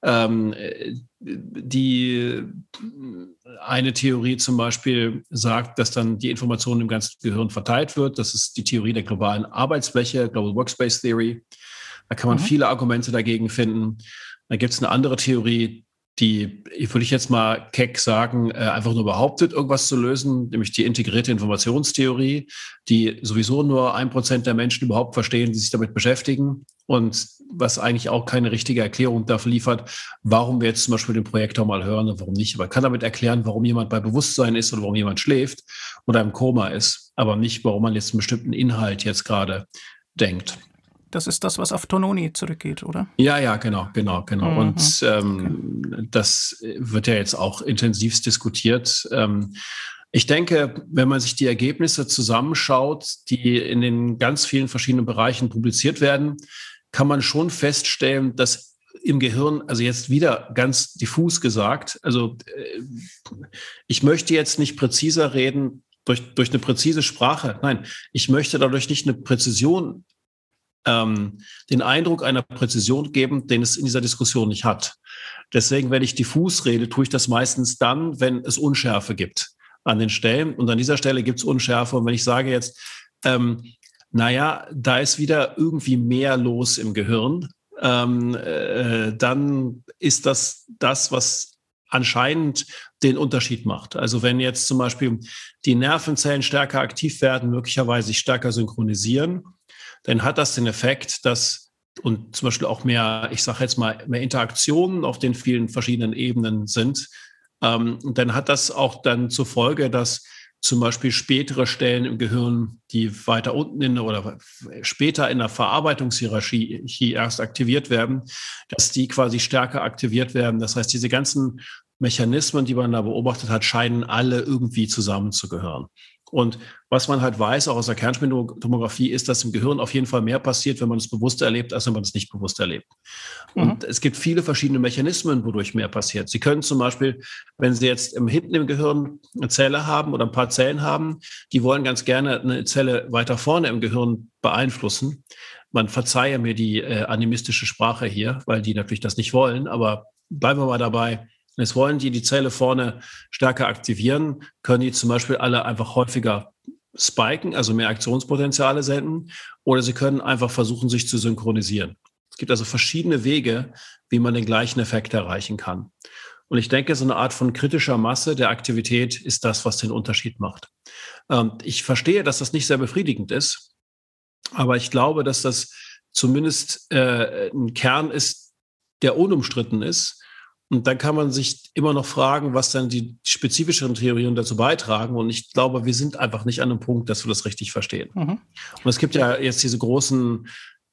Die eine Theorie zum Beispiel sagt, dass dann die Information im ganzen Gehirn verteilt wird. Das ist die Theorie der globalen Arbeitsfläche, Global Workspace Theory. Da kann man viele Argumente dagegen finden. Dann gibt es eine andere Theorie, die, würde ich jetzt mal keck sagen, einfach nur behauptet, irgendwas zu lösen, nämlich die integrierte Informationstheorie, die sowieso nur 1% der Menschen überhaupt verstehen, die sich damit beschäftigen und was eigentlich auch keine richtige Erklärung dafür liefert, warum wir jetzt zum Beispiel den Projektor mal hören und warum nicht. Man kann damit erklären, warum jemand bei Bewusstsein ist oder warum jemand schläft oder im Koma ist, aber nicht, warum man jetzt einen bestimmten Inhalt jetzt gerade denkt. Das ist das, was auf Tononi zurückgeht, oder? Ja, genau. Und das wird ja jetzt auch intensivst diskutiert. Ich denke, wenn man sich die Ergebnisse zusammenschaut, die in den ganz vielen verschiedenen Bereichen publiziert werden, kann man schon feststellen, dass im Gehirn, also jetzt wieder ganz diffus gesagt, also ich möchte jetzt nicht präziser reden durch eine präzise Sprache. Nein, ich möchte dadurch nicht eine Präzision den Eindruck einer Präzision geben, den es in dieser Diskussion nicht hat. Deswegen, wenn ich diffus rede, tue ich das meistens dann, wenn es Unschärfe gibt an den Stellen. Und an dieser Stelle gibt es Unschärfe. Und wenn ich sage jetzt, da ist wieder irgendwie mehr los im Gehirn, dann ist das, was anscheinend den Unterschied macht. Also wenn jetzt zum Beispiel die Nervenzellen stärker aktiv werden, möglicherweise sich stärker synchronisieren, dann hat das den Effekt, dass und zum Beispiel auch mehr, ich sage jetzt mal, mehr Interaktionen auf den vielen verschiedenen Ebenen sind. Dann hat das auch dann zur Folge, dass zum Beispiel spätere Stellen im Gehirn, die weiter unten oder später in der Verarbeitungshierarchie erst aktiviert werden, dass die quasi stärker aktiviert werden. Das heißt, diese ganzen Mechanismen, die man da beobachtet hat, scheinen alle irgendwie zusammenzugehören. Und was man halt weiß, auch aus der Kernspintomographie, ist, dass im Gehirn auf jeden Fall mehr passiert, wenn man es bewusst erlebt, als wenn man es nicht bewusst erlebt. Und es gibt viele verschiedene Mechanismen, wodurch mehr passiert. Sie können zum Beispiel, wenn Sie jetzt hinten im Gehirn eine Zelle haben oder ein paar Zellen haben, die wollen ganz gerne eine Zelle weiter vorne im Gehirn beeinflussen. Man verzeihe mir die animistische Sprache hier, weil die natürlich das nicht wollen, aber bleiben wir mal dabei. Jetzt wollen die Zelle vorne stärker aktivieren, können die zum Beispiel alle einfach häufiger spiken, also mehr Aktionspotenziale senden, oder sie können einfach versuchen, sich zu synchronisieren. Es gibt also verschiedene Wege, wie man den gleichen Effekt erreichen kann. Und ich denke, so eine Art von kritischer Masse der Aktivität ist das, was den Unterschied macht. Ich verstehe, dass das nicht sehr befriedigend ist, aber ich glaube, dass das zumindest ein Kern ist, der unumstritten ist. Und dann kann man sich immer noch fragen, was dann die spezifischeren Theorien dazu beitragen. Und ich glaube, wir sind einfach nicht an einem Punkt, dass wir das richtig verstehen. Und es gibt ja jetzt diese großen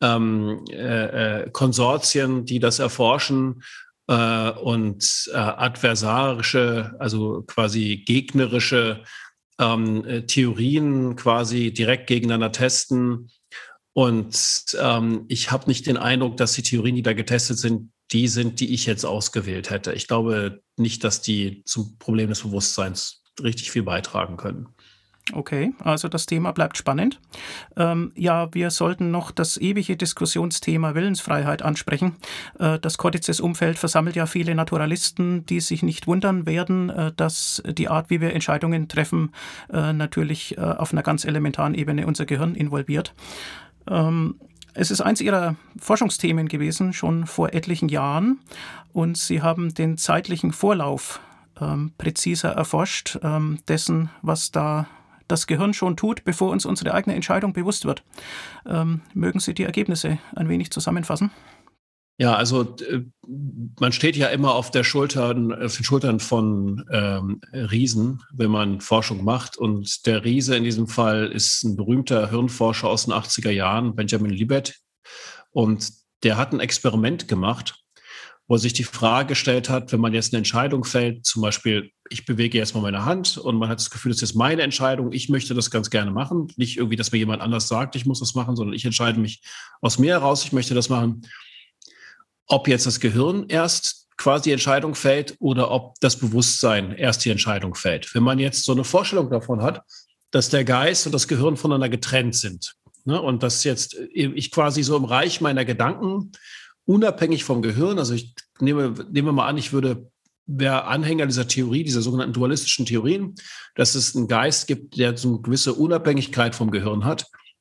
Konsortien, die das erforschen und adversarische, also quasi gegnerische Theorien quasi direkt gegeneinander testen. Und ich habe nicht den Eindruck, dass die Theorien, die da getestet sind, die ich jetzt ausgewählt hätte. Ich glaube nicht, dass die zum Problem des Bewusstseins richtig viel beitragen können. Okay, also das Thema bleibt spannend. Wir sollten noch das ewige Diskussionsthema Willensfreiheit ansprechen. Das Cortices-Umfeld versammelt ja viele Naturalisten, die sich nicht wundern werden, dass die Art, wie wir Entscheidungen treffen, natürlich auf einer ganz elementaren Ebene unser Gehirn involviert. Es ist eins Ihrer Forschungsthemen gewesen, schon vor etlichen Jahren. Und Sie haben den zeitlichen Vorlauf präziser erforscht, dessen, was da das Gehirn schon tut, bevor uns unsere eigene Entscheidung bewusst wird. Mögen Sie die Ergebnisse ein wenig zusammenfassen? Ja, also man steht ja immer auf den Schultern von Riesen, wenn man Forschung macht. Und der Riese in diesem Fall ist ein berühmter Hirnforscher aus den 80er Jahren, Benjamin Libet. Und der hat ein Experiment gemacht, wo er sich die Frage gestellt hat, wenn man jetzt eine Entscheidung fällt, zum Beispiel, ich bewege jetzt mal meine Hand und man hat das Gefühl, das ist jetzt meine Entscheidung, ich möchte das ganz gerne machen. Nicht irgendwie, dass mir jemand anders sagt, ich muss das machen, sondern ich entscheide mich aus mir heraus, ich möchte das machen. Ob jetzt das Gehirn erst quasi die Entscheidung fällt oder ob das Bewusstsein erst die Entscheidung fällt. Wenn man jetzt so eine Vorstellung davon hat, dass der Geist und das Gehirn voneinander getrennt sind, ne, und dass jetzt ich quasi so im Reich meiner Gedanken unabhängig vom Gehirn, also ich nehme mal an, ich wäre Anhänger dieser Theorie, dieser sogenannten dualistischen Theorien, dass es einen Geist gibt, der so eine gewisse Unabhängigkeit vom Gehirn hat,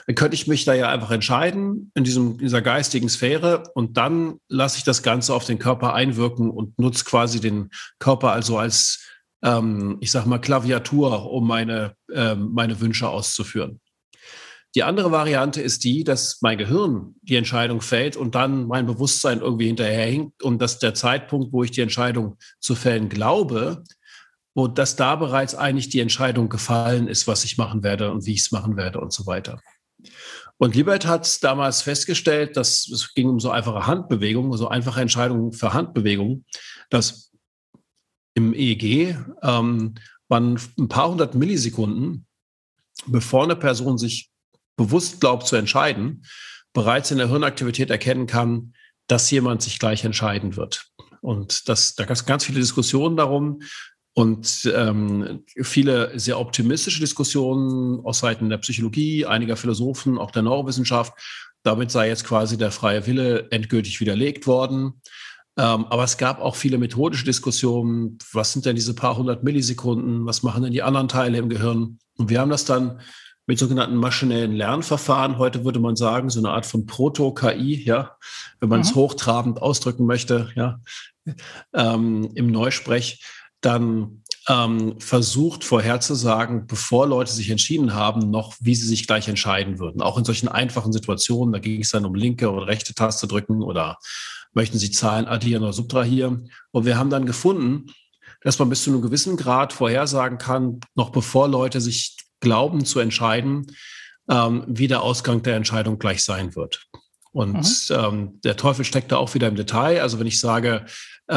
dann könnte ich mich da ja einfach entscheiden in dieser geistigen Sphäre und dann lasse ich das Ganze auf den Körper einwirken und nutze quasi den Körper also als, ich sag mal, Klaviatur, um meine Wünsche auszuführen. Die andere Variante ist die, dass mein Gehirn die Entscheidung fällt und dann mein Bewusstsein irgendwie hinterherhinkt und dass der Zeitpunkt, wo ich die Entscheidung zu fällen glaube, wo dass da bereits eigentlich die Entscheidung gefallen ist, was ich machen werde und wie ich es machen werde und so weiter. Und Libet hat damals festgestellt, dass es ging um so einfache Handbewegungen, so einfache Entscheidungen für Handbewegungen, dass im EEG man ein paar hundert Millisekunden, bevor eine Person sich bewusst glaubt zu entscheiden, bereits in der Hirnaktivität erkennen kann, dass jemand sich gleich entscheiden wird. Und da gab es ganz viele Diskussionen darum und viele sehr optimistische Diskussionen aus Seiten der Psychologie, einiger Philosophen, auch der Neurowissenschaft. Damit sei jetzt quasi der freie Wille endgültig widerlegt worden. Aber es gab auch viele methodische Diskussionen. Was sind denn diese paar hundert Millisekunden? Was machen denn die anderen Teile im Gehirn? Und wir haben das dann mit sogenannten maschinellen Lernverfahren, heute würde man sagen, so eine Art von Proto-KI, ja, wenn man es hochtrabend ausdrücken möchte, ja, im Neusprech, dann versucht vorherzusagen, bevor Leute sich entschieden haben, noch, wie sie sich gleich entscheiden würden. Auch in solchen einfachen Situationen, da ging es dann um linke oder rechte Taste drücken oder möchten sie Zahlen addieren oder subtrahieren. Und wir haben dann gefunden, dass man bis zu einem gewissen Grad vorhersagen kann, noch bevor Leute sich glauben zu entscheiden, wie der Ausgang der Entscheidung gleich sein wird. Und der Teufel steckt da auch wieder im Detail. Also wenn ich sage,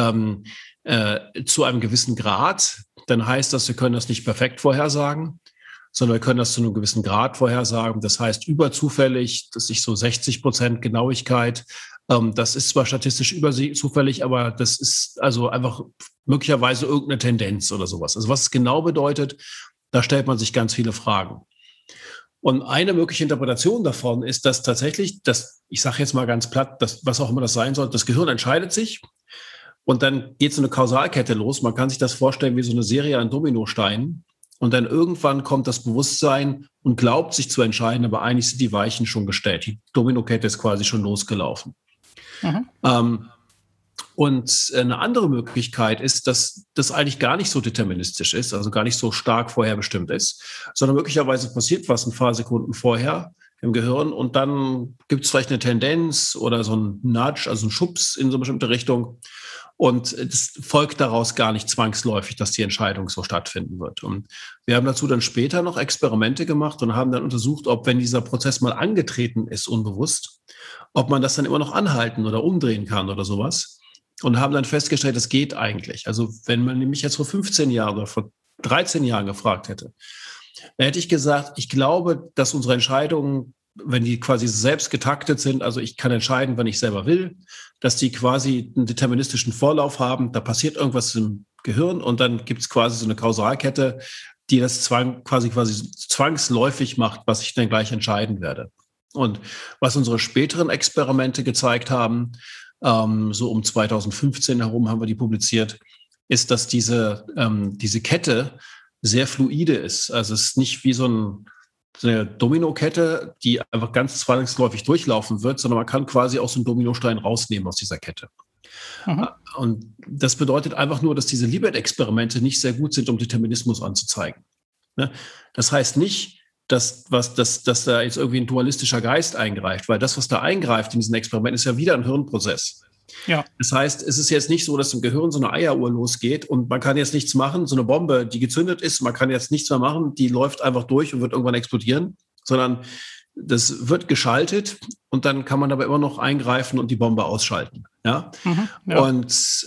zu einem gewissen Grad, dann heißt das, wir können das nicht perfekt vorhersagen, sondern wir können das zu einem gewissen Grad vorhersagen. Das heißt, überzufällig, das ist so 60% Genauigkeit. Das ist zwar statistisch überzufällig, aber das ist also einfach möglicherweise irgendeine Tendenz oder sowas. Also was es genau bedeutet, da stellt man sich ganz viele Fragen. Und eine mögliche Interpretation davon ist, dass tatsächlich, ich sage jetzt mal ganz platt, was auch immer das sein soll, das Gehirn entscheidet sich und dann geht so eine Kausalkette los. Man kann sich das vorstellen wie so eine Serie an Dominosteinen. Und dann irgendwann kommt das Bewusstsein und glaubt sich zu entscheiden, aber eigentlich sind die Weichen schon gestellt. Die Dominokette ist quasi schon losgelaufen. Und eine andere Möglichkeit ist, dass das eigentlich gar nicht so deterministisch ist, also gar nicht so stark vorherbestimmt ist, sondern möglicherweise passiert was ein paar Sekunden vorher im Gehirn und dann gibt es vielleicht eine Tendenz oder so ein Nudge, also ein Schubs in so eine bestimmte Richtung. Und es folgt daraus gar nicht zwangsläufig, dass die Entscheidung so stattfinden wird. Und wir haben dazu dann später noch Experimente gemacht und haben dann untersucht, ob, wenn dieser Prozess mal angetreten ist, unbewusst, ob man das dann immer noch anhalten oder umdrehen kann oder sowas. Und haben dann festgestellt, es geht eigentlich. Also wenn man mich jetzt vor 15 Jahren oder vor 13 Jahren gefragt hätte, dann hätte ich gesagt, ich glaube, dass unsere Entscheidungen, wenn die quasi selbst getaktet sind, also ich kann entscheiden, wann ich selber will, dass die quasi einen deterministischen Vorlauf haben, da passiert irgendwas im Gehirn und dann gibt es quasi so eine Kausalkette, die das quasi zwangsläufig macht, was ich dann gleich entscheiden werde. Und was unsere späteren Experimente gezeigt haben, so um 2015 herum haben wir die publiziert, ist, dass diese Kette sehr fluide ist. Also es ist nicht wie so eine Dominokette, die einfach ganz zwangsläufig durchlaufen wird, sondern man kann quasi auch so einen Dominostein rausnehmen aus dieser Kette. Und das bedeutet einfach nur, dass diese Libet-Experimente nicht sehr gut sind, um Determinismus anzuzeigen. Das heißt nicht, dass da jetzt irgendwie ein dualistischer Geist eingreift, weil das, was da eingreift in diesem Experiment, ist ja wieder ein Hirnprozess. Ja. Das heißt, es ist jetzt nicht so, dass im Gehirn so eine Eieruhr losgeht und man kann jetzt nichts machen, so eine Bombe, die gezündet ist, man kann jetzt nichts mehr machen, die läuft einfach durch und wird irgendwann explodieren, sondern das wird geschaltet und dann kann man aber immer noch eingreifen und die Bombe ausschalten. Ja? Ja. Und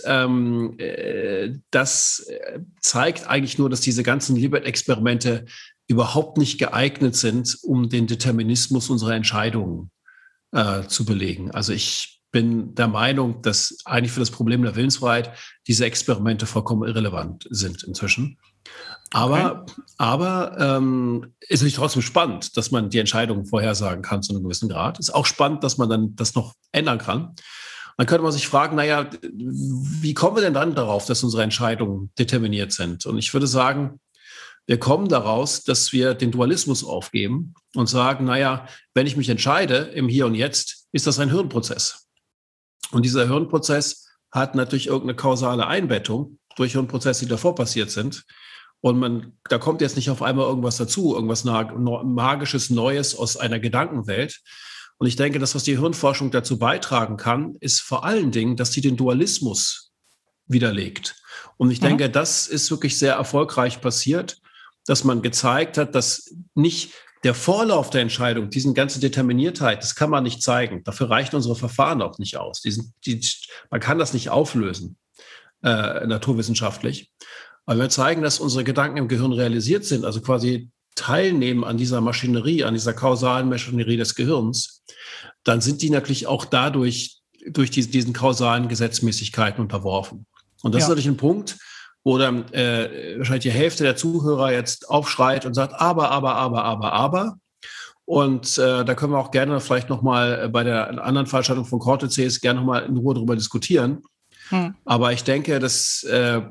das zeigt eigentlich nur, dass diese ganzen Libet-Experimente überhaupt nicht geeignet sind, um den Determinismus unserer Entscheidungen zu belegen. Also ich bin der Meinung, dass eigentlich für das Problem der Willensfreiheit diese Experimente vollkommen irrelevant sind inzwischen. Aber ist natürlich trotzdem spannend, dass man die Entscheidungen vorhersagen kann zu einem gewissen Grad. Ist auch spannend, dass man dann das noch ändern kann. Dann könnte man sich fragen, naja, wie kommen wir denn dann darauf, dass unsere Entscheidungen determiniert sind? Und ich würde sagen, Wir kommen daraus, dass wir den Dualismus aufgeben und sagen, naja, wenn ich mich entscheide im Hier und Jetzt, ist das ein Hirnprozess. Und dieser Hirnprozess hat natürlich irgendeine kausale Einbettung durch Hirnprozesse, die davor passiert sind. Und da kommt jetzt nicht auf einmal irgendwas dazu, irgendwas Magisches Neues aus einer Gedankenwelt. Und ich denke, das, was die Hirnforschung dazu beitragen kann, ist vor allen Dingen, dass sie den Dualismus widerlegt. Und ich denke, das ist wirklich sehr erfolgreich passiert, dass man gezeigt hat, dass nicht der Vorlauf der Entscheidung, diese ganze Determiniertheit, das kann man nicht zeigen. Dafür reichen unsere Verfahren auch nicht aus. Man kann das nicht auflösen, naturwissenschaftlich. Aber wir zeigen, dass unsere Gedanken im Gehirn realisiert sind, also quasi teilnehmen an dieser Maschinerie, an dieser kausalen Maschinerie des Gehirns, dann sind die natürlich auch dadurch durch diesen kausalen Gesetzmäßigkeiten unterworfen. Und das ist natürlich ein Punkt, wo dann wahrscheinlich die Hälfte der Zuhörer jetzt aufschreit und sagt, aber. Und da können wir auch gerne vielleicht nochmal bei der anderen Veranstaltung von Cortices gerne nochmal in Ruhe darüber diskutieren. Aber ich denke, dass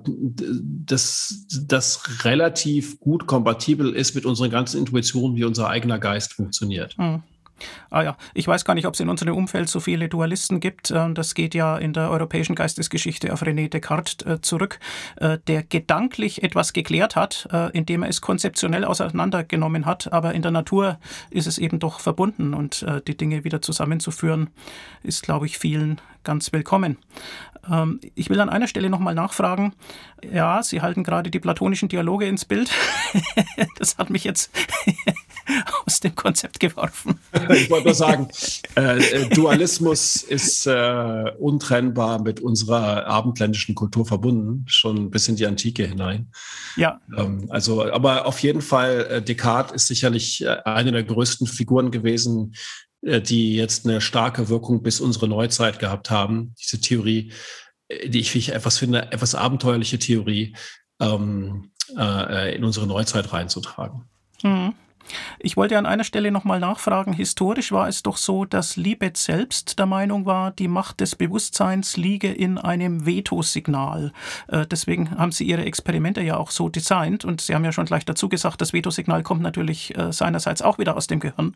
das relativ gut kompatibel ist mit unserer ganzen Intuition, wie unser eigener Geist funktioniert. Ah ja, ich weiß gar nicht, ob es in unserem Umfeld so viele Dualisten gibt. Das geht ja in der europäischen Geistesgeschichte auf René Descartes zurück, der gedanklich etwas geklärt hat, indem er es konzeptionell auseinandergenommen hat. Aber in der Natur ist es eben doch verbunden und die Dinge wieder zusammenzuführen, ist, glaube ich, vielen ganz willkommen. Ich will an einer Stelle nochmal nachfragen. Ja, Sie halten gerade die platonischen Dialoge ins Bild. Das hat mich jetzt aus dem Konzept geworfen. Ich wollte nur sagen, Dualismus ist untrennbar mit unserer abendländischen Kultur verbunden, schon bis in die Antike hinein. Ja. Aber auf jeden Fall, Descartes ist sicherlich eine der größten Figuren gewesen, die jetzt eine starke Wirkung bis unsere Neuzeit gehabt haben. Diese Theorie, die ich etwas abenteuerliche Theorie in unsere Neuzeit reinzutragen. Ich wollte an einer Stelle nochmal nachfragen. Historisch war es doch so, dass Libet selbst der Meinung war, die Macht des Bewusstseins liege in einem Vetosignal. Deswegen haben Sie Ihre Experimente ja auch so designt. Und Sie haben ja schon gleich dazu gesagt, das Vetosignal kommt natürlich seinerseits auch wieder aus dem Gehirn.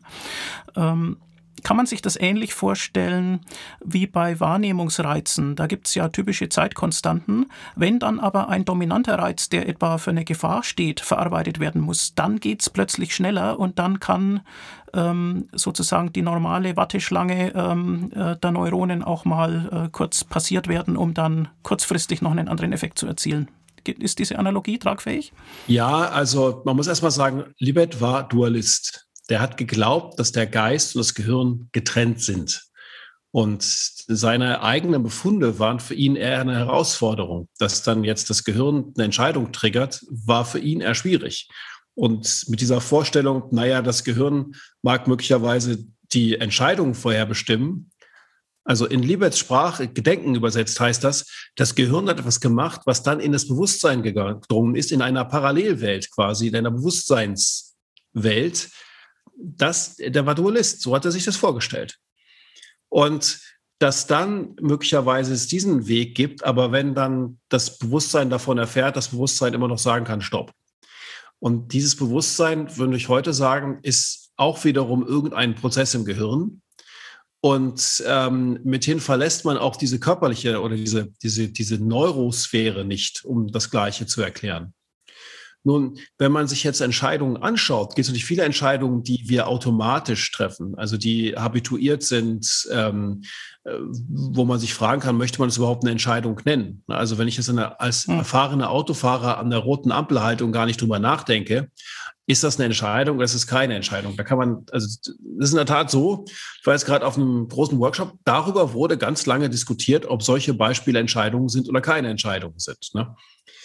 Kann man sich das ähnlich vorstellen wie bei Wahrnehmungsreizen? Da gibt es ja typische Zeitkonstanten. Wenn dann aber ein dominanter Reiz, der etwa für eine Gefahr steht, verarbeitet werden muss, dann geht es plötzlich schneller und dann kann sozusagen die normale Warteschlange der Neuronen auch mal kurz passiert werden, um dann kurzfristig noch einen anderen Effekt zu erzielen. Ist diese Analogie tragfähig? Ja, also man muss erst mal sagen, Libet war Dualist. Der hat geglaubt, dass der Geist und das Gehirn getrennt sind. Und seine eigenen Befunde waren für ihn eher eine Herausforderung. Dass dann jetzt das Gehirn eine Entscheidung triggert, war für ihn eher schwierig. Und mit dieser Vorstellung, naja, das Gehirn mag möglicherweise die Entscheidung vorherbestimmen. Also in Libets Sprache, Gedenken übersetzt heißt das Gehirn hat etwas gemacht, was dann in das Bewusstsein gedrungen ist, in einer Parallelwelt quasi, in einer Bewusstseinswelt. Der war Dualist, so hat er sich das vorgestellt. Und dass dann möglicherweise es diesen Weg gibt, aber wenn dann das Bewusstsein davon erfährt, das Bewusstsein immer noch sagen kann, stopp. Und dieses Bewusstsein, würde ich heute sagen, ist auch wiederum irgendein Prozess im Gehirn. Und mithin verlässt man auch diese körperliche oder diese Neurosphäre nicht, um das Gleiche zu erklären. Nun, wenn man sich jetzt Entscheidungen anschaut, gibt es natürlich viele Entscheidungen, die wir automatisch treffen, also die habituiert sind, wo man sich fragen kann, möchte man es überhaupt eine Entscheidung nennen? Also wenn ich jetzt als erfahrener Autofahrer an der roten Ampel halte und gar nicht drüber nachdenke, ist das eine Entscheidung oder ist es keine Entscheidung? Das ist in der Tat so. Ich war jetzt gerade auf einem großen Workshop, darüber wurde ganz lange diskutiert, ob solche Beispiele Entscheidungen sind oder keine Entscheidungen sind, ne?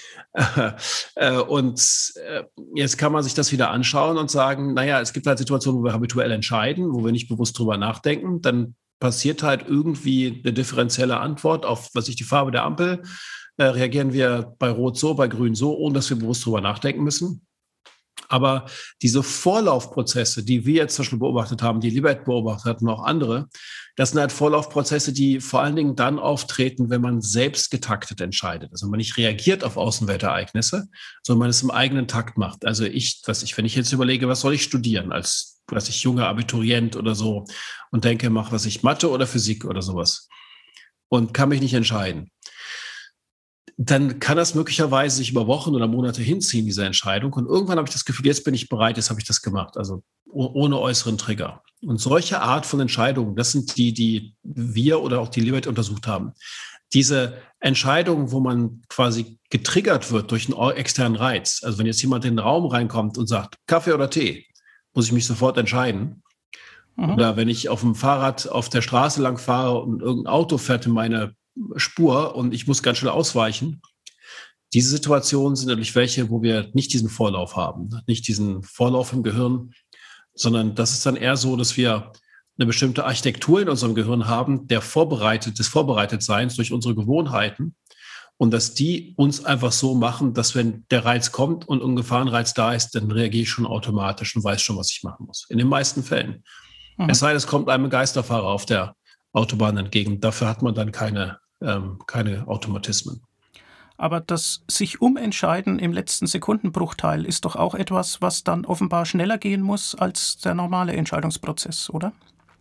Und jetzt kann man sich das wieder anschauen und sagen, naja, es gibt halt Situationen, wo wir habituell entscheiden, wo wir nicht bewusst drüber nachdenken. Dann passiert halt irgendwie eine differenzielle Antwort auf, die Farbe der Ampel. Reagieren wir bei Rot so, bei Grün so, ohne dass wir bewusst drüber nachdenken müssen. Aber diese Vorlaufprozesse, die wir jetzt zum Beispiel beobachtet haben, die Libet beobachtet hat und auch andere, das sind halt Vorlaufprozesse, die vor allen Dingen dann auftreten, wenn man selbst getaktet entscheidet. Also man nicht reagiert auf Außenweltereignisse, sondern man es im eigenen Takt macht. Also wenn ich jetzt überlege, was soll ich studieren als, junger Abiturient oder so und denke, Mathe oder Physik oder sowas und kann mich nicht entscheiden, dann kann das möglicherweise sich über Wochen oder Monate hinziehen, diese Entscheidung. Und irgendwann habe ich das Gefühl, jetzt bin ich bereit, jetzt habe ich das gemacht. Also ohne äußeren Trigger. Und solche Art von Entscheidungen, das sind die wir oder auch die Libet untersucht haben. Diese Entscheidungen, wo man quasi getriggert wird durch einen externen Reiz. Also wenn jetzt jemand in den Raum reinkommt und sagt, Kaffee oder Tee, muss ich mich sofort entscheiden. Oder wenn ich auf dem Fahrrad auf der Straße lang fahre und irgendein Auto fährt in meine Spur und ich muss ganz schnell ausweichen. Diese Situationen sind natürlich welche, wo wir nicht diesen Vorlauf haben, nicht diesen Vorlauf im Gehirn, sondern das ist dann eher so, dass wir eine bestimmte Architektur in unserem Gehirn haben, des Vorbereitetseins durch unsere Gewohnheiten und dass die uns einfach so machen, dass wenn der Reiz kommt und ein Gefahrenreiz da ist, dann reagiere ich schon automatisch und weiß schon, was ich machen muss. In den meisten Fällen. Es sei denn, es kommt einem Geisterfahrer auf der Autobahn entgegen. Dafür hat man dann keine Automatismen. Aber das sich umentscheiden im letzten Sekundenbruchteil ist doch auch etwas, was dann offenbar schneller gehen muss als der normale Entscheidungsprozess, oder?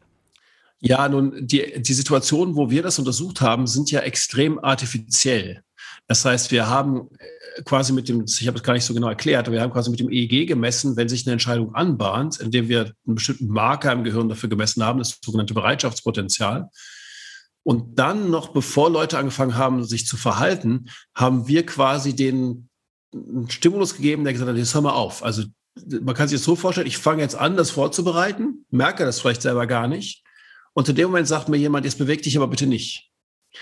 Ja, nun, die Situationen, wo wir das untersucht haben, sind ja extrem artifiziell. Das heißt, wir haben quasi ich habe es gar nicht so genau erklärt, aber wir haben quasi mit dem EEG gemessen, wenn sich eine Entscheidung anbahnt, indem wir einen bestimmten Marker im Gehirn dafür gemessen haben, das sogenannte Bereitschaftspotenzial. Und dann noch, bevor Leute angefangen haben, sich zu verhalten, haben wir quasi denen einen Stimulus gegeben, der gesagt hat, jetzt hör mal auf. Also man kann sich das so vorstellen, ich fange jetzt an, das vorzubereiten, merke das vielleicht selber gar nicht. Und in dem Moment sagt mir jemand, jetzt beweg dich aber bitte nicht.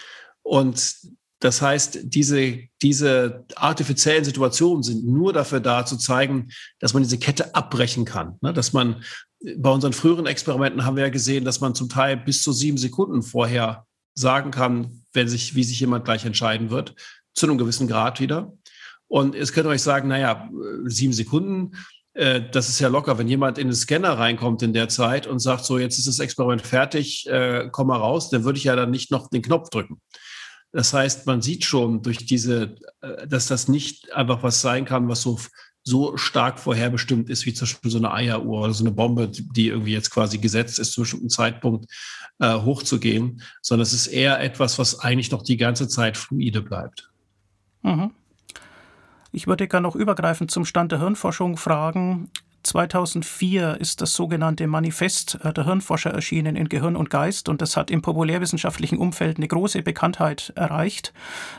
Und das heißt, diese artifiziellen Situationen sind nur dafür da, zu zeigen, dass man diese Kette abbrechen kann. Dass man, bei unseren früheren Experimenten haben wir ja gesehen, dass man zum Teil bis zu 7 Sekunden vorher sagen kann, wie sich jemand gleich entscheiden wird, zu einem gewissen Grad wieder. Und es könnte euch sagen, 7 Sekunden, das ist ja locker, wenn jemand in den Scanner reinkommt in der Zeit und sagt, so, jetzt ist das Experiment fertig, komm mal raus, dann würde ich ja dann nicht noch den Knopf drücken. Das heißt, man sieht schon durch dass das nicht einfach was sein kann, was so stark vorherbestimmt ist, wie zum Beispiel so eine Eieruhr oder so eine Bombe, die irgendwie jetzt quasi gesetzt ist, zu einem bestimmten Zeitpunkt hochzugehen, sondern es ist eher etwas, was eigentlich noch die ganze Zeit fluide bleibt. Mhm. Ich würde gerne noch übergreifend zum Stand der Hirnforschung fragen. 2004 ist das sogenannte Manifest der Hirnforscher erschienen in Gehirn und Geist und das hat im populärwissenschaftlichen Umfeld eine große Bekanntheit erreicht.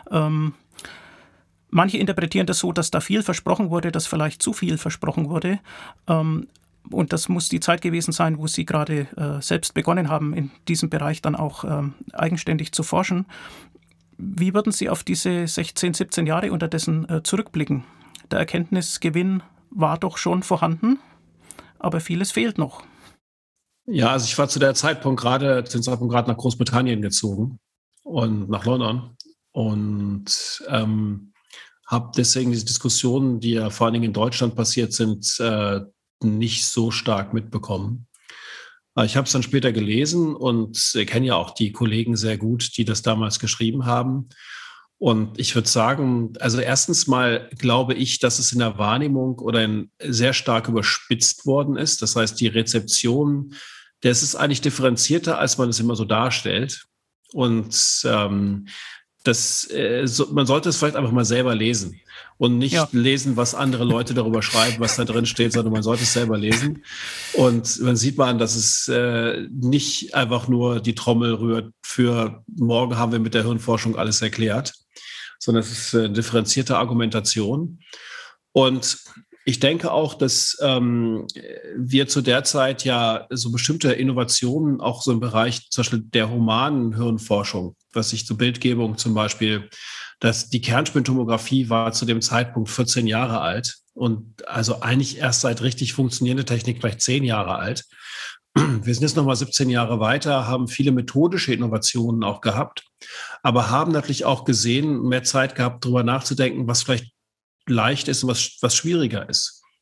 Manche interpretieren das so, dass da viel versprochen wurde, dass vielleicht zu viel versprochen wurde. Und das muss die Zeit gewesen sein, wo Sie gerade selbst begonnen haben, in diesem Bereich dann auch eigenständig zu forschen. Wie würden Sie auf diese 16, 17 Jahre unterdessen zurückblicken? Der Erkenntnisgewinn war doch schon vorhanden, aber vieles fehlt noch. Ja, also ich war zu dem Zeitpunkt gerade nach Großbritannien gezogen und nach London und habe deswegen diese Diskussionen, die ja vor allen Dingen in Deutschland passiert sind, nicht so stark mitbekommen. Ich habe es dann später gelesen und kenne ja auch die Kollegen sehr gut, die das damals geschrieben haben. Und ich würde sagen, also erstens mal glaube ich, dass es in der Wahrnehmung sehr stark überspitzt worden ist. Das heißt, die Rezeption, das ist eigentlich differenzierter, als man es immer so darstellt. Und man sollte es vielleicht einfach mal selber lesen und nicht lesen, was andere Leute darüber schreiben, was da drin steht, sondern man sollte es selber lesen. Und dann sieht man, dass es nicht einfach nur die Trommel rührt für morgen haben wir mit der Hirnforschung alles erklärt, sondern es ist eine differenzierte Argumentation. Und ich denke auch, dass wir zu der Zeit ja so bestimmte Innovationen auch so im Bereich zum Beispiel der humanen Hirnforschung, was sich zur Bildgebung zum Beispiel, dass die Kernspintomographie war zu dem Zeitpunkt 14 Jahre alt und also eigentlich erst seit richtig funktionierende Technik vielleicht 10 Jahre alt. Wir sind jetzt nochmal 17 Jahre weiter, haben viele methodische Innovationen auch gehabt, aber haben natürlich auch gesehen, mehr Zeit gehabt, darüber nachzudenken, was vielleicht leicht ist und was schwieriger ist.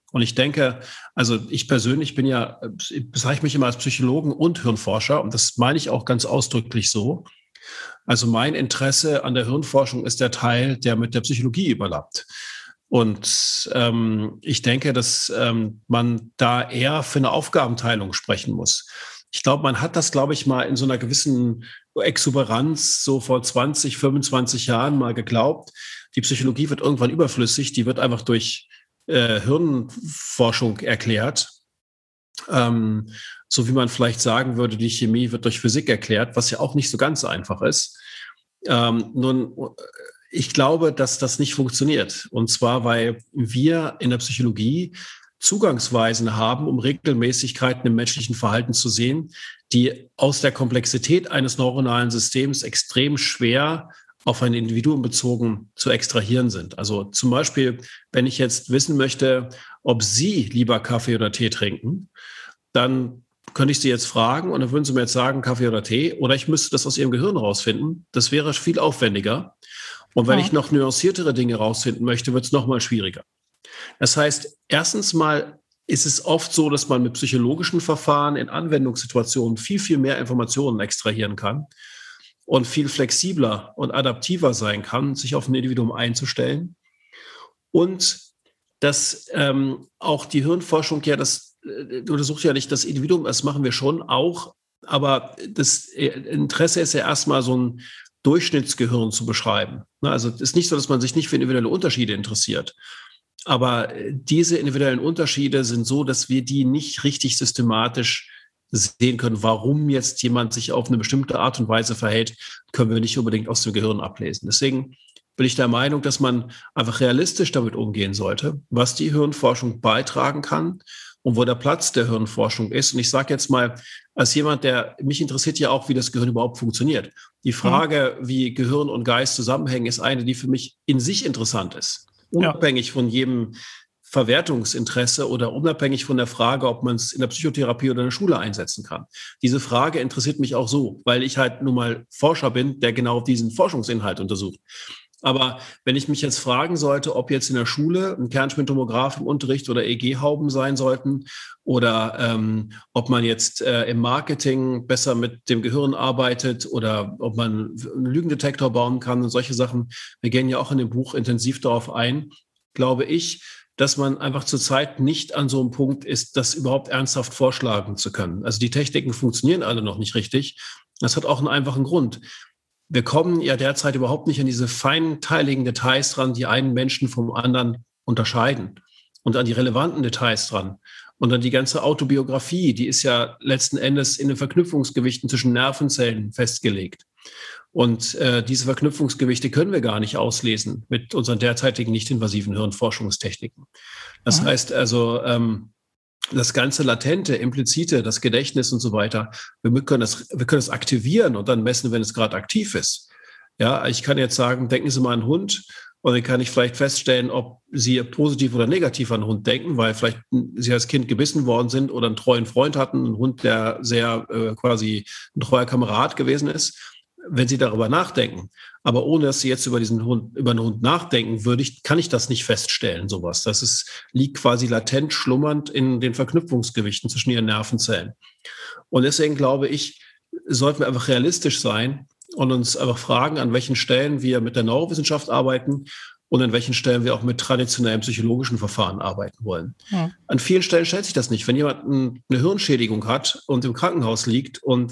Und ich denke, also ich persönlich bezeichne mich immer als Psychologen und Hirnforscher und das meine ich auch ganz ausdrücklich so. Also mein Interesse an der Hirnforschung ist der Teil, der mit der Psychologie überlappt. Und ich denke, dass man da eher für eine Aufgabenteilung sprechen muss. Ich glaube, man hat das, glaube ich, mal in so einer gewissen Exuberanz so vor 20, 25 Jahren mal geglaubt. Die Psychologie wird irgendwann überflüssig, die wird einfach durch Hirnforschung erklärt. So wie man vielleicht sagen würde, die Chemie wird durch Physik erklärt, was ja auch nicht so ganz einfach ist. Nun, ich glaube, dass das nicht funktioniert. Und zwar, weil wir in der Psychologie Zugangsweisen haben, um Regelmäßigkeiten im menschlichen Verhalten zu sehen, die aus der Komplexität eines neuronalen Systems extrem schwer auf ein Individuum bezogen zu extrahieren sind. Also zum Beispiel, wenn ich jetzt wissen möchte, ob Sie lieber Kaffee oder Tee trinken, dann könnte ich Sie jetzt fragen und dann würden Sie mir jetzt sagen, Kaffee oder Tee, oder ich müsste das aus Ihrem Gehirn rausfinden. Das wäre viel aufwendiger. Und wenn ich noch nuanciertere Dinge rausfinden möchte, wird es noch mal schwieriger. Das heißt, erstens mal ist es oft so, dass man mit psychologischen Verfahren in Anwendungssituationen viel, viel mehr Informationen extrahieren kann und viel flexibler und adaptiver sein kann, sich auf ein Individuum einzustellen. Und dass auch die Hirnforschung das untersucht ja nicht das Individuum, das machen wir schon auch, aber das Interesse ist ja erstmal so ein Durchschnittsgehirn zu beschreiben. Also es ist nicht so, dass man sich nicht für individuelle Unterschiede interessiert. Aber diese individuellen Unterschiede sind so, dass wir die nicht richtig systematisch sehen können. Warum jetzt jemand sich auf eine bestimmte Art und Weise verhält, können wir nicht unbedingt aus dem Gehirn ablesen. Deswegen bin ich der Meinung, dass man einfach realistisch damit umgehen sollte, was die Hirnforschung beitragen kann und wo der Platz der Hirnforschung ist. Und ich sage jetzt mal, als jemand, mich interessiert ja auch, wie das Gehirn überhaupt funktioniert. Die Frage, wie Gehirn und Geist zusammenhängen, ist eine, die für mich in sich interessant ist. Unabhängig von jedem Verwertungsinteresse oder unabhängig von der Frage, ob man es in der Psychotherapie oder in der Schule einsetzen kann. Diese Frage interessiert mich auch so, weil ich halt nun mal Forscher bin, der genau diesen Forschungsinhalt untersucht. Aber wenn ich mich jetzt fragen sollte, ob jetzt in der Schule ein Kernspintomograph im Unterricht oder EEG-Hauben sein sollten oder ob man jetzt im Marketing besser mit dem Gehirn arbeitet oder ob man einen Lügendetektor bauen kann und solche Sachen, wir gehen ja auch in dem Buch intensiv darauf ein, glaube ich, dass man einfach zurzeit nicht an so einem Punkt ist, das überhaupt ernsthaft vorschlagen zu können. Also die Techniken funktionieren alle noch nicht richtig. Das hat auch einen einfachen Grund. Wir kommen ja derzeit überhaupt nicht an diese feinteiligen Details dran, die einen Menschen vom anderen unterscheiden und an die relevanten Details dran. Und dann die ganze Autobiografie, die ist ja letzten Endes in den Verknüpfungsgewichten zwischen Nervenzellen festgelegt. Und diese Verknüpfungsgewichte können wir gar nicht auslesen mit unseren derzeitigen nicht-invasiven Hirnforschungstechniken. Das heißt also, das ganze Latente, Implizite, das Gedächtnis und so weiter, wir können das aktivieren und dann messen, wenn es gerade aktiv ist. Ja, ich kann jetzt sagen, denken Sie mal an einen Hund und dann kann ich vielleicht feststellen, ob Sie positiv oder negativ an einen Hund denken, weil vielleicht Sie als Kind gebissen worden sind oder einen treuen Freund hatten, einen Hund, der sehr quasi ein treuer Kamerad gewesen ist. Wenn Sie darüber nachdenken, aber ohne dass Sie jetzt über einen Hund nachdenken, kann ich das nicht feststellen, sowas. Liegt quasi latent schlummernd in den Verknüpfungsgewichten zwischen Ihren Nervenzellen. Und deswegen glaube ich, sollten wir einfach realistisch sein und uns einfach fragen, an welchen Stellen wir mit der Neurowissenschaft arbeiten und an welchen Stellen wir auch mit traditionellen psychologischen Verfahren arbeiten wollen. Ja. An vielen Stellen stellt sich das nicht. Wenn jemand eine Hirnschädigung hat und im Krankenhaus liegt und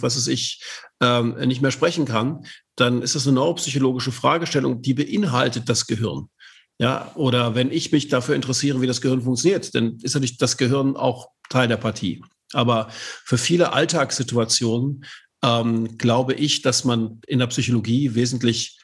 nicht mehr sprechen kann, dann ist das eine neuropsychologische Fragestellung, die beinhaltet das Gehirn. Ja, oder wenn ich mich dafür interessiere, wie das Gehirn funktioniert, dann ist natürlich das Gehirn auch Teil der Partie. Aber für viele Alltagssituationen glaube ich, dass man in der Psychologie wesentlich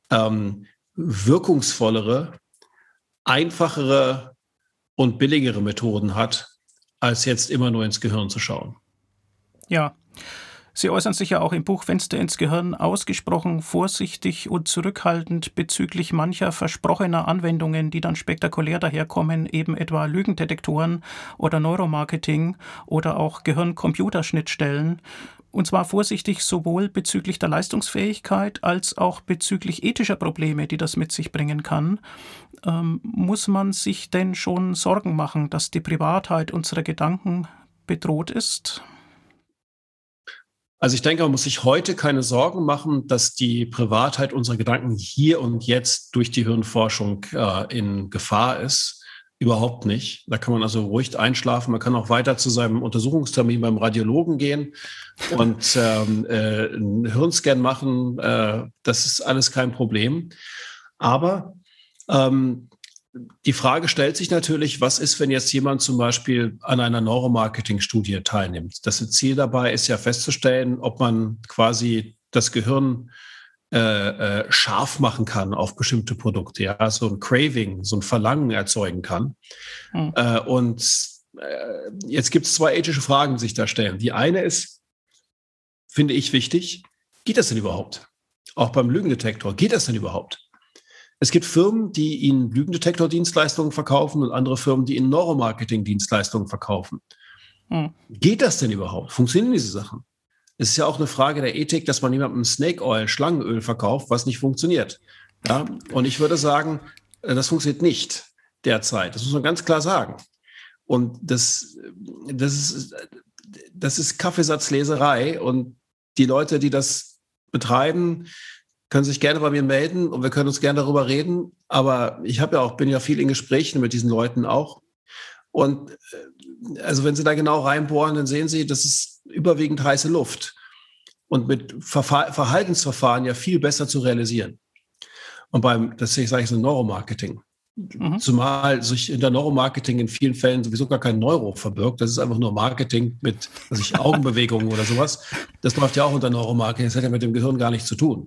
wirkungsvollere, einfachere und billigere Methoden hat, als jetzt immer nur ins Gehirn zu schauen. Ja, Sie äußern sich ja auch im Buch Fenster ins Gehirn ausgesprochen vorsichtig und zurückhaltend bezüglich mancher versprochener Anwendungen, die dann spektakulär daherkommen, eben etwa Lügendetektoren oder Neuromarketing oder auch Gehirn-Computerschnittstellen. Und zwar vorsichtig sowohl bezüglich der Leistungsfähigkeit als auch bezüglich ethischer Probleme, die das mit sich bringen kann. Muss man sich denn schon Sorgen machen, dass die Privatheit unserer Gedanken bedroht ist? Also ich denke, man muss sich heute keine Sorgen machen, dass die Privatheit unserer Gedanken hier und jetzt durch die Hirnforschung in Gefahr ist. Überhaupt nicht. Da kann man also ruhig einschlafen. Man kann auch weiter zu seinem Untersuchungstermin beim Radiologen gehen und einen Hirnscan machen. Das ist alles kein Problem. Aber die Frage stellt sich natürlich, was ist, wenn jetzt jemand zum Beispiel an einer Neuromarketing-Studie teilnimmt? Das Ziel dabei ist ja festzustellen, ob man quasi das Gehirn scharf machen kann auf bestimmte Produkte, ja, so ein Craving, so ein Verlangen erzeugen kann. Jetzt gibt es zwei ethische Fragen, die sich da stellen. Die eine ist, finde ich wichtig, geht das denn überhaupt? Auch beim Lügendetektor, geht das denn überhaupt? Es gibt Firmen, die Ihnen Lügendetektor-Dienstleistungen verkaufen und andere Firmen, die Ihnen Neuromarketing-Dienstleistungen verkaufen. Geht das denn überhaupt? Funktionieren diese Sachen? Es ist ja auch eine Frage der Ethik, dass man jemandem Snake Oil, Schlangenöl verkauft, was nicht funktioniert. Ja? Und ich würde sagen, das funktioniert nicht derzeit. Das muss man ganz klar sagen. Und das ist Kaffeesatzleserei. Und die Leute, die das betreiben, können sich gerne bei mir melden und wir können uns gerne darüber reden. Aber ich bin ja viel in Gesprächen mit diesen Leuten auch. Und also wenn Sie da genau reinbohren, dann sehen Sie, das ist überwiegend heiße Luft und mit Verhaltensverfahren ja viel besser zu realisieren. Und das sage ich so, Neuromarketing. Zumal sich in der Neuromarketing in vielen Fällen sowieso gar kein Neuro verbirgt. Das ist einfach nur Marketing mit Augenbewegungen oder sowas. Das läuft ja auch unter Neuromarketing. Das hat ja mit dem Gehirn gar nichts zu tun.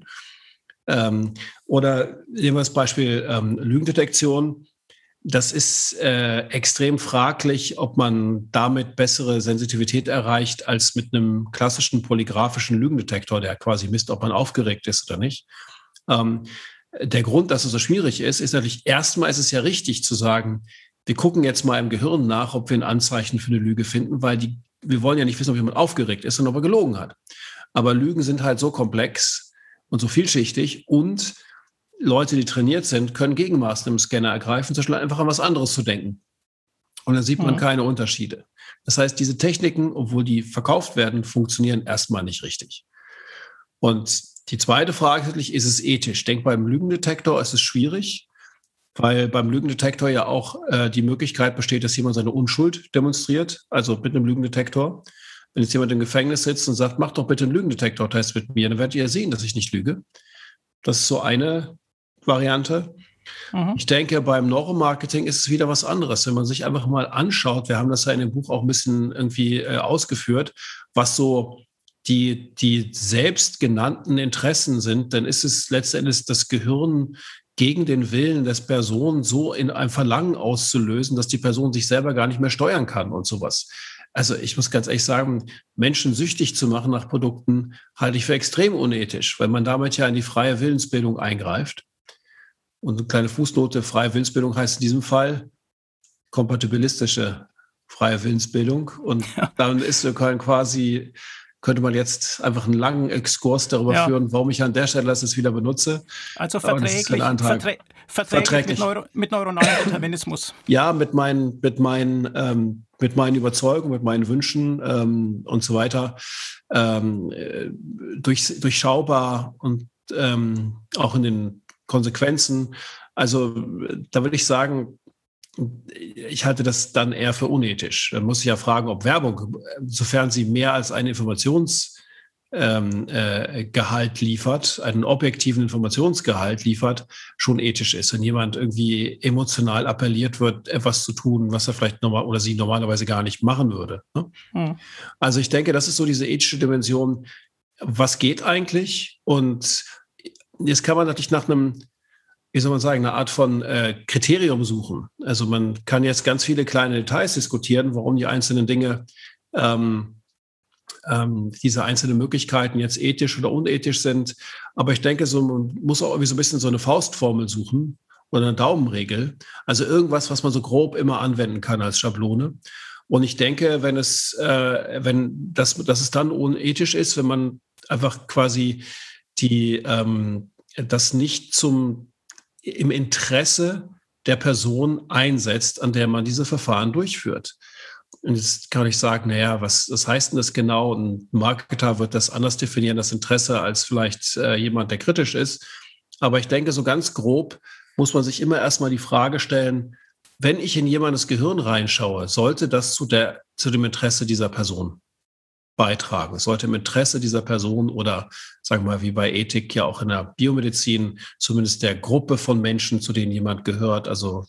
Oder nehmen wir das Beispiel Lügendetektion. Das ist extrem fraglich, ob man damit bessere Sensitivität erreicht als mit einem klassischen polygraphischen Lügendetektor, der quasi misst, ob man aufgeregt ist oder nicht. Der Grund, dass es so schwierig ist natürlich, erstmal ist es ja richtig zu sagen, wir gucken jetzt mal im Gehirn nach, ob wir ein Anzeichen für eine Lüge finden, weil wir wollen ja nicht wissen, ob jemand aufgeregt ist und ob er gelogen hat. Aber Lügen sind halt so komplex und so vielschichtig und Leute, die trainiert sind, können Gegenmaßnahmen im Scanner ergreifen, zum Beispiel einfach an was anderes zu denken. Und dann sieht man keine Unterschiede. Das heißt, diese Techniken, obwohl die verkauft werden, funktionieren erstmal nicht richtig. Und die zweite Frage ist es ethisch? Ich denke, beim Lügendetektor ist es schwierig, weil beim Lügendetektor ja auch die Möglichkeit besteht, dass jemand seine Unschuld demonstriert, also mit einem Lügendetektor. Wenn jetzt jemand im Gefängnis sitzt und sagt, mach doch bitte einen Lügendetektor-Test mit mir, dann werdet ihr ja sehen, dass ich nicht lüge. Das ist so eine Variante. Ich denke, beim Neuromarketing ist es wieder was anderes. Wenn man sich einfach mal anschaut, wir haben das ja in dem Buch auch ein bisschen irgendwie ausgeführt, was so die selbstgenannten Interessen sind, dann ist es letztendlich das Gehirn gegen den Willen des Personen so in ein Verlangen auszulösen, dass die Person sich selber gar nicht mehr steuern kann und sowas. Also ich muss ganz ehrlich sagen, Menschen süchtig zu machen nach Produkten, halte ich für extrem unethisch, weil man damit ja in die freie Willensbildung eingreift. Und eine kleine Fußnote, freie Willensbildung heißt in diesem Fall kompatibilistische freie Willensbildung. Und dann könnte man jetzt einfach einen langen Exkurs darüber führen, warum ich an der Stelle das jetzt wieder benutze. Also verträglich mit neuronalem Determinismus. Ja, mit meinen Überzeugungen, mit meinen Wünschen und so weiter. Durchschaubar und auch in den Konsequenzen. Also da würde ich sagen, ich halte das dann eher für unethisch. Dann muss ich ja fragen, ob Werbung, sofern sie mehr als einen Informationsgehalt liefert, einen objektiven Informationsgehalt liefert, schon ethisch ist. Wenn jemand irgendwie emotional appelliert wird, etwas zu tun, was er vielleicht sie normalerweise gar nicht machen würde. Ne? Also ich denke, das ist so diese ethische Dimension. Was geht eigentlich? Und jetzt kann man natürlich nach einem, wie soll man sagen, eine Art von Kriterium suchen. Also man kann jetzt ganz viele kleine Details diskutieren, warum die einzelnen Dinge, diese einzelnen Möglichkeiten jetzt ethisch oder unethisch sind. Aber ich denke, man muss auch irgendwie so ein bisschen so eine Faustformel suchen oder eine Daumenregel. Also irgendwas, was man so grob immer anwenden kann als Schablone. Und ich denke, dass es dann unethisch ist, wenn man einfach quasi das nicht im Interesse der Person einsetzt, an der man diese Verfahren durchführt. Und jetzt kann ich sagen, naja, was heißt denn das genau? Ein Marketer wird das anders definieren, das Interesse, als vielleicht jemand, der kritisch ist. Aber ich denke, so ganz grob muss man sich immer erstmal die Frage stellen, wenn ich in jemandes Gehirn reinschaue, sollte das zu dem Interesse dieser Person beitragen. Es sollte im Interesse dieser Person oder, sagen wir mal, wie bei Ethik ja auch in der Biomedizin, zumindest der Gruppe von Menschen, zu denen jemand gehört, also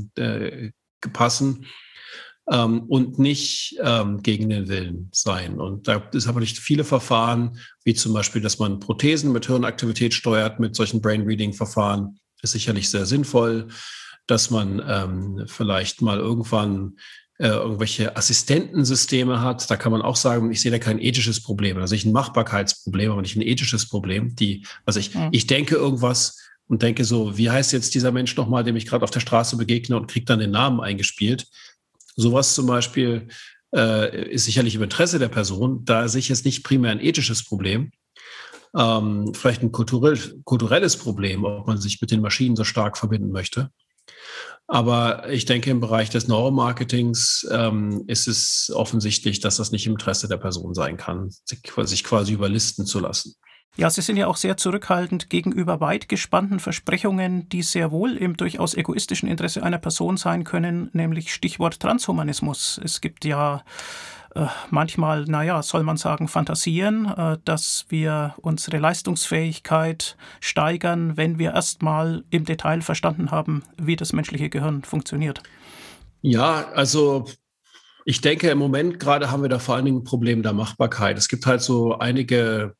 passen. Und nicht gegen den Willen sein. Und da ist aber nicht viele Verfahren, wie zum Beispiel, dass man Prothesen mit Hirnaktivität steuert, mit solchen Brain-Reading-Verfahren, ist sicherlich sehr sinnvoll, dass man vielleicht mal irgendwann irgendwelche Assistentensysteme hat. Da kann man auch sagen, ich sehe da kein ethisches Problem. Da sehe ich ein Machbarkeitsproblem, aber nicht ein ethisches Problem. Ich denke irgendwas und denke so, wie heißt jetzt dieser Mensch nochmal, dem ich gerade auf der Straße begegne, und kriege dann den Namen eingespielt. Sowas zum Beispiel ist sicherlich im Interesse der Person. Da sehe ich jetzt nicht primär ein ethisches Problem. Vielleicht ein kulturelles Problem, ob man sich mit den Maschinen so stark verbinden möchte. Aber ich denke, im Bereich des Neuromarketings ist es offensichtlich, dass das nicht im Interesse der Person sein kann, sich quasi überlisten zu lassen. Ja, Sie sind ja auch sehr zurückhaltend gegenüber weit gespannten Versprechungen, die sehr wohl im durchaus egoistischen Interesse einer Person sein können, nämlich Stichwort Transhumanismus. Es gibt ja manchmal, soll man sagen, Fantasien, dass wir unsere Leistungsfähigkeit steigern, wenn wir erstmal im Detail verstanden haben, wie das menschliche Gehirn funktioniert. Ja, also ich denke, im Moment gerade haben wir da vor allen Dingen ein Problem der Machbarkeit. Es gibt halt so einige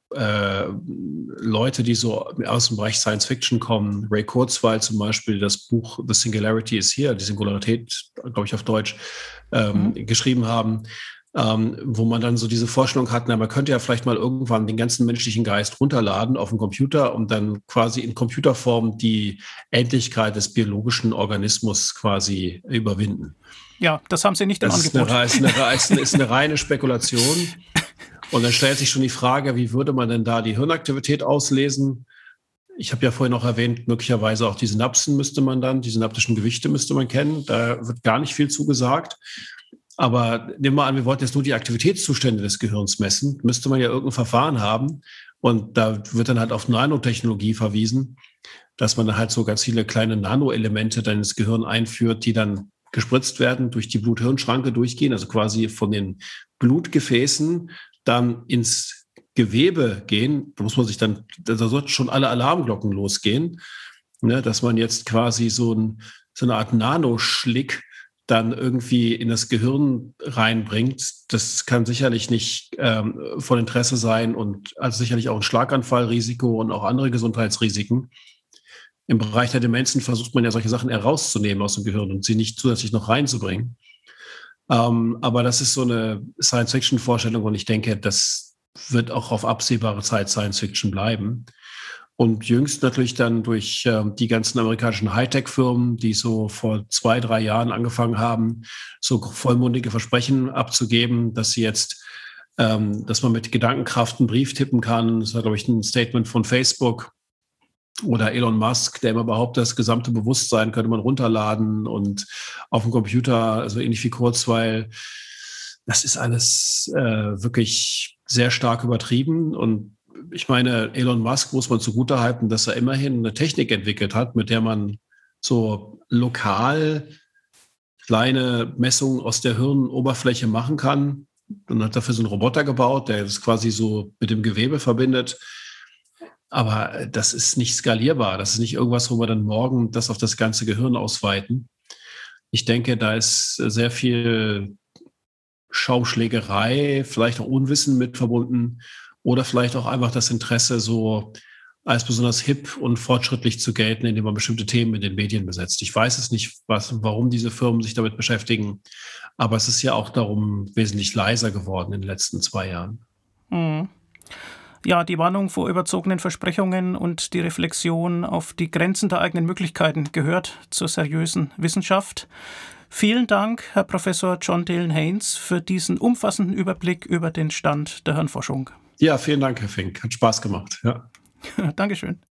Leute, die so aus dem Bereich Science Fiction kommen. Ray Kurzweil zum Beispiel, das Buch The Singularity is Here, die Singularität, glaube ich auf Deutsch, geschrieben haben, wo man dann so diese Vorstellung hat, man könnte ja vielleicht mal irgendwann den ganzen menschlichen Geist runterladen auf den Computer und dann quasi in Computerform die Endlichkeit des biologischen Organismus quasi überwinden. Ja, das haben Sie nicht im Angebot. Das ist eine reine Spekulation. Und dann stellt sich schon die Frage, wie würde man denn da die Hirnaktivität auslesen? Ich habe ja vorhin noch erwähnt, möglicherweise auch die Synapsen die synaptischen Gewichte müsste man kennen. Da wird gar nicht viel zugesagt. Aber nehmen wir an, wir wollten jetzt nur die Aktivitätszustände des Gehirns messen, müsste man ja irgendein Verfahren haben. Und da wird dann halt auf Nanotechnologie verwiesen, dass man dann halt so ganz viele kleine Nanoelemente dann ins Gehirn einführt, die dann gespritzt werden, durch die Blut-Hirn-Schranke durchgehen, also quasi von den Blutgefäßen dann ins Gewebe gehen. Da sollten schon alle Alarmglocken losgehen, ne, dass man jetzt quasi so eine Art Nanoschlick dann irgendwie in das Gehirn reinbringt. Das kann sicherlich nicht von Interesse sein und also sicherlich auch ein Schlaganfallrisiko und auch andere Gesundheitsrisiken. Im Bereich der Demenzen versucht man ja solche Sachen herauszunehmen aus dem Gehirn und sie nicht zusätzlich noch reinzubringen. Aber das ist so eine Science-Fiction-Vorstellung und ich denke, das wird auch auf absehbare Zeit Science-Fiction bleiben. Und jüngst natürlich dann durch die ganzen amerikanischen Hightech-Firmen, die so vor 2-3 Jahren angefangen haben, so vollmundige Versprechen abzugeben, dass dass man mit Gedankenkraft einen Brief tippen kann. Das war, glaube ich, ein Statement von Facebook. Oder Elon Musk, der immer behauptet, das gesamte Bewusstsein könnte man runterladen und auf dem Computer, also ähnlich wie Kurzweil. Das ist alles wirklich sehr stark übertrieben. Und ich meine, Elon Musk muss man zugutehalten, dass er immerhin eine Technik entwickelt hat, mit der man so lokal kleine Messungen aus der Hirnoberfläche machen kann. Dann hat dafür so einen Roboter gebaut, der das quasi so mit dem Gewebe verbindet. Aber das ist nicht skalierbar. Das ist nicht irgendwas, wo wir dann morgen das auf das ganze Gehirn ausweiten. Ich denke, da ist sehr viel Schaumschlägerei, vielleicht auch Unwissen mit verbunden oder vielleicht auch einfach das Interesse, so als besonders hip und fortschrittlich zu gelten, indem man bestimmte Themen in den Medien besetzt. Ich weiß es nicht, warum diese Firmen sich damit beschäftigen, aber es ist ja auch darum wesentlich leiser geworden in den letzten 2 Jahren. Mhm. Ja, die Warnung vor überzogenen Versprechungen und die Reflexion auf die Grenzen der eigenen Möglichkeiten gehört zur seriösen Wissenschaft. Vielen Dank, Herr Professor John Dalen Haynes, für diesen umfassenden Überblick über den Stand der Hirnforschung. Ja, vielen Dank, Herr Fink. Hat Spaß gemacht. Ja. Dankeschön.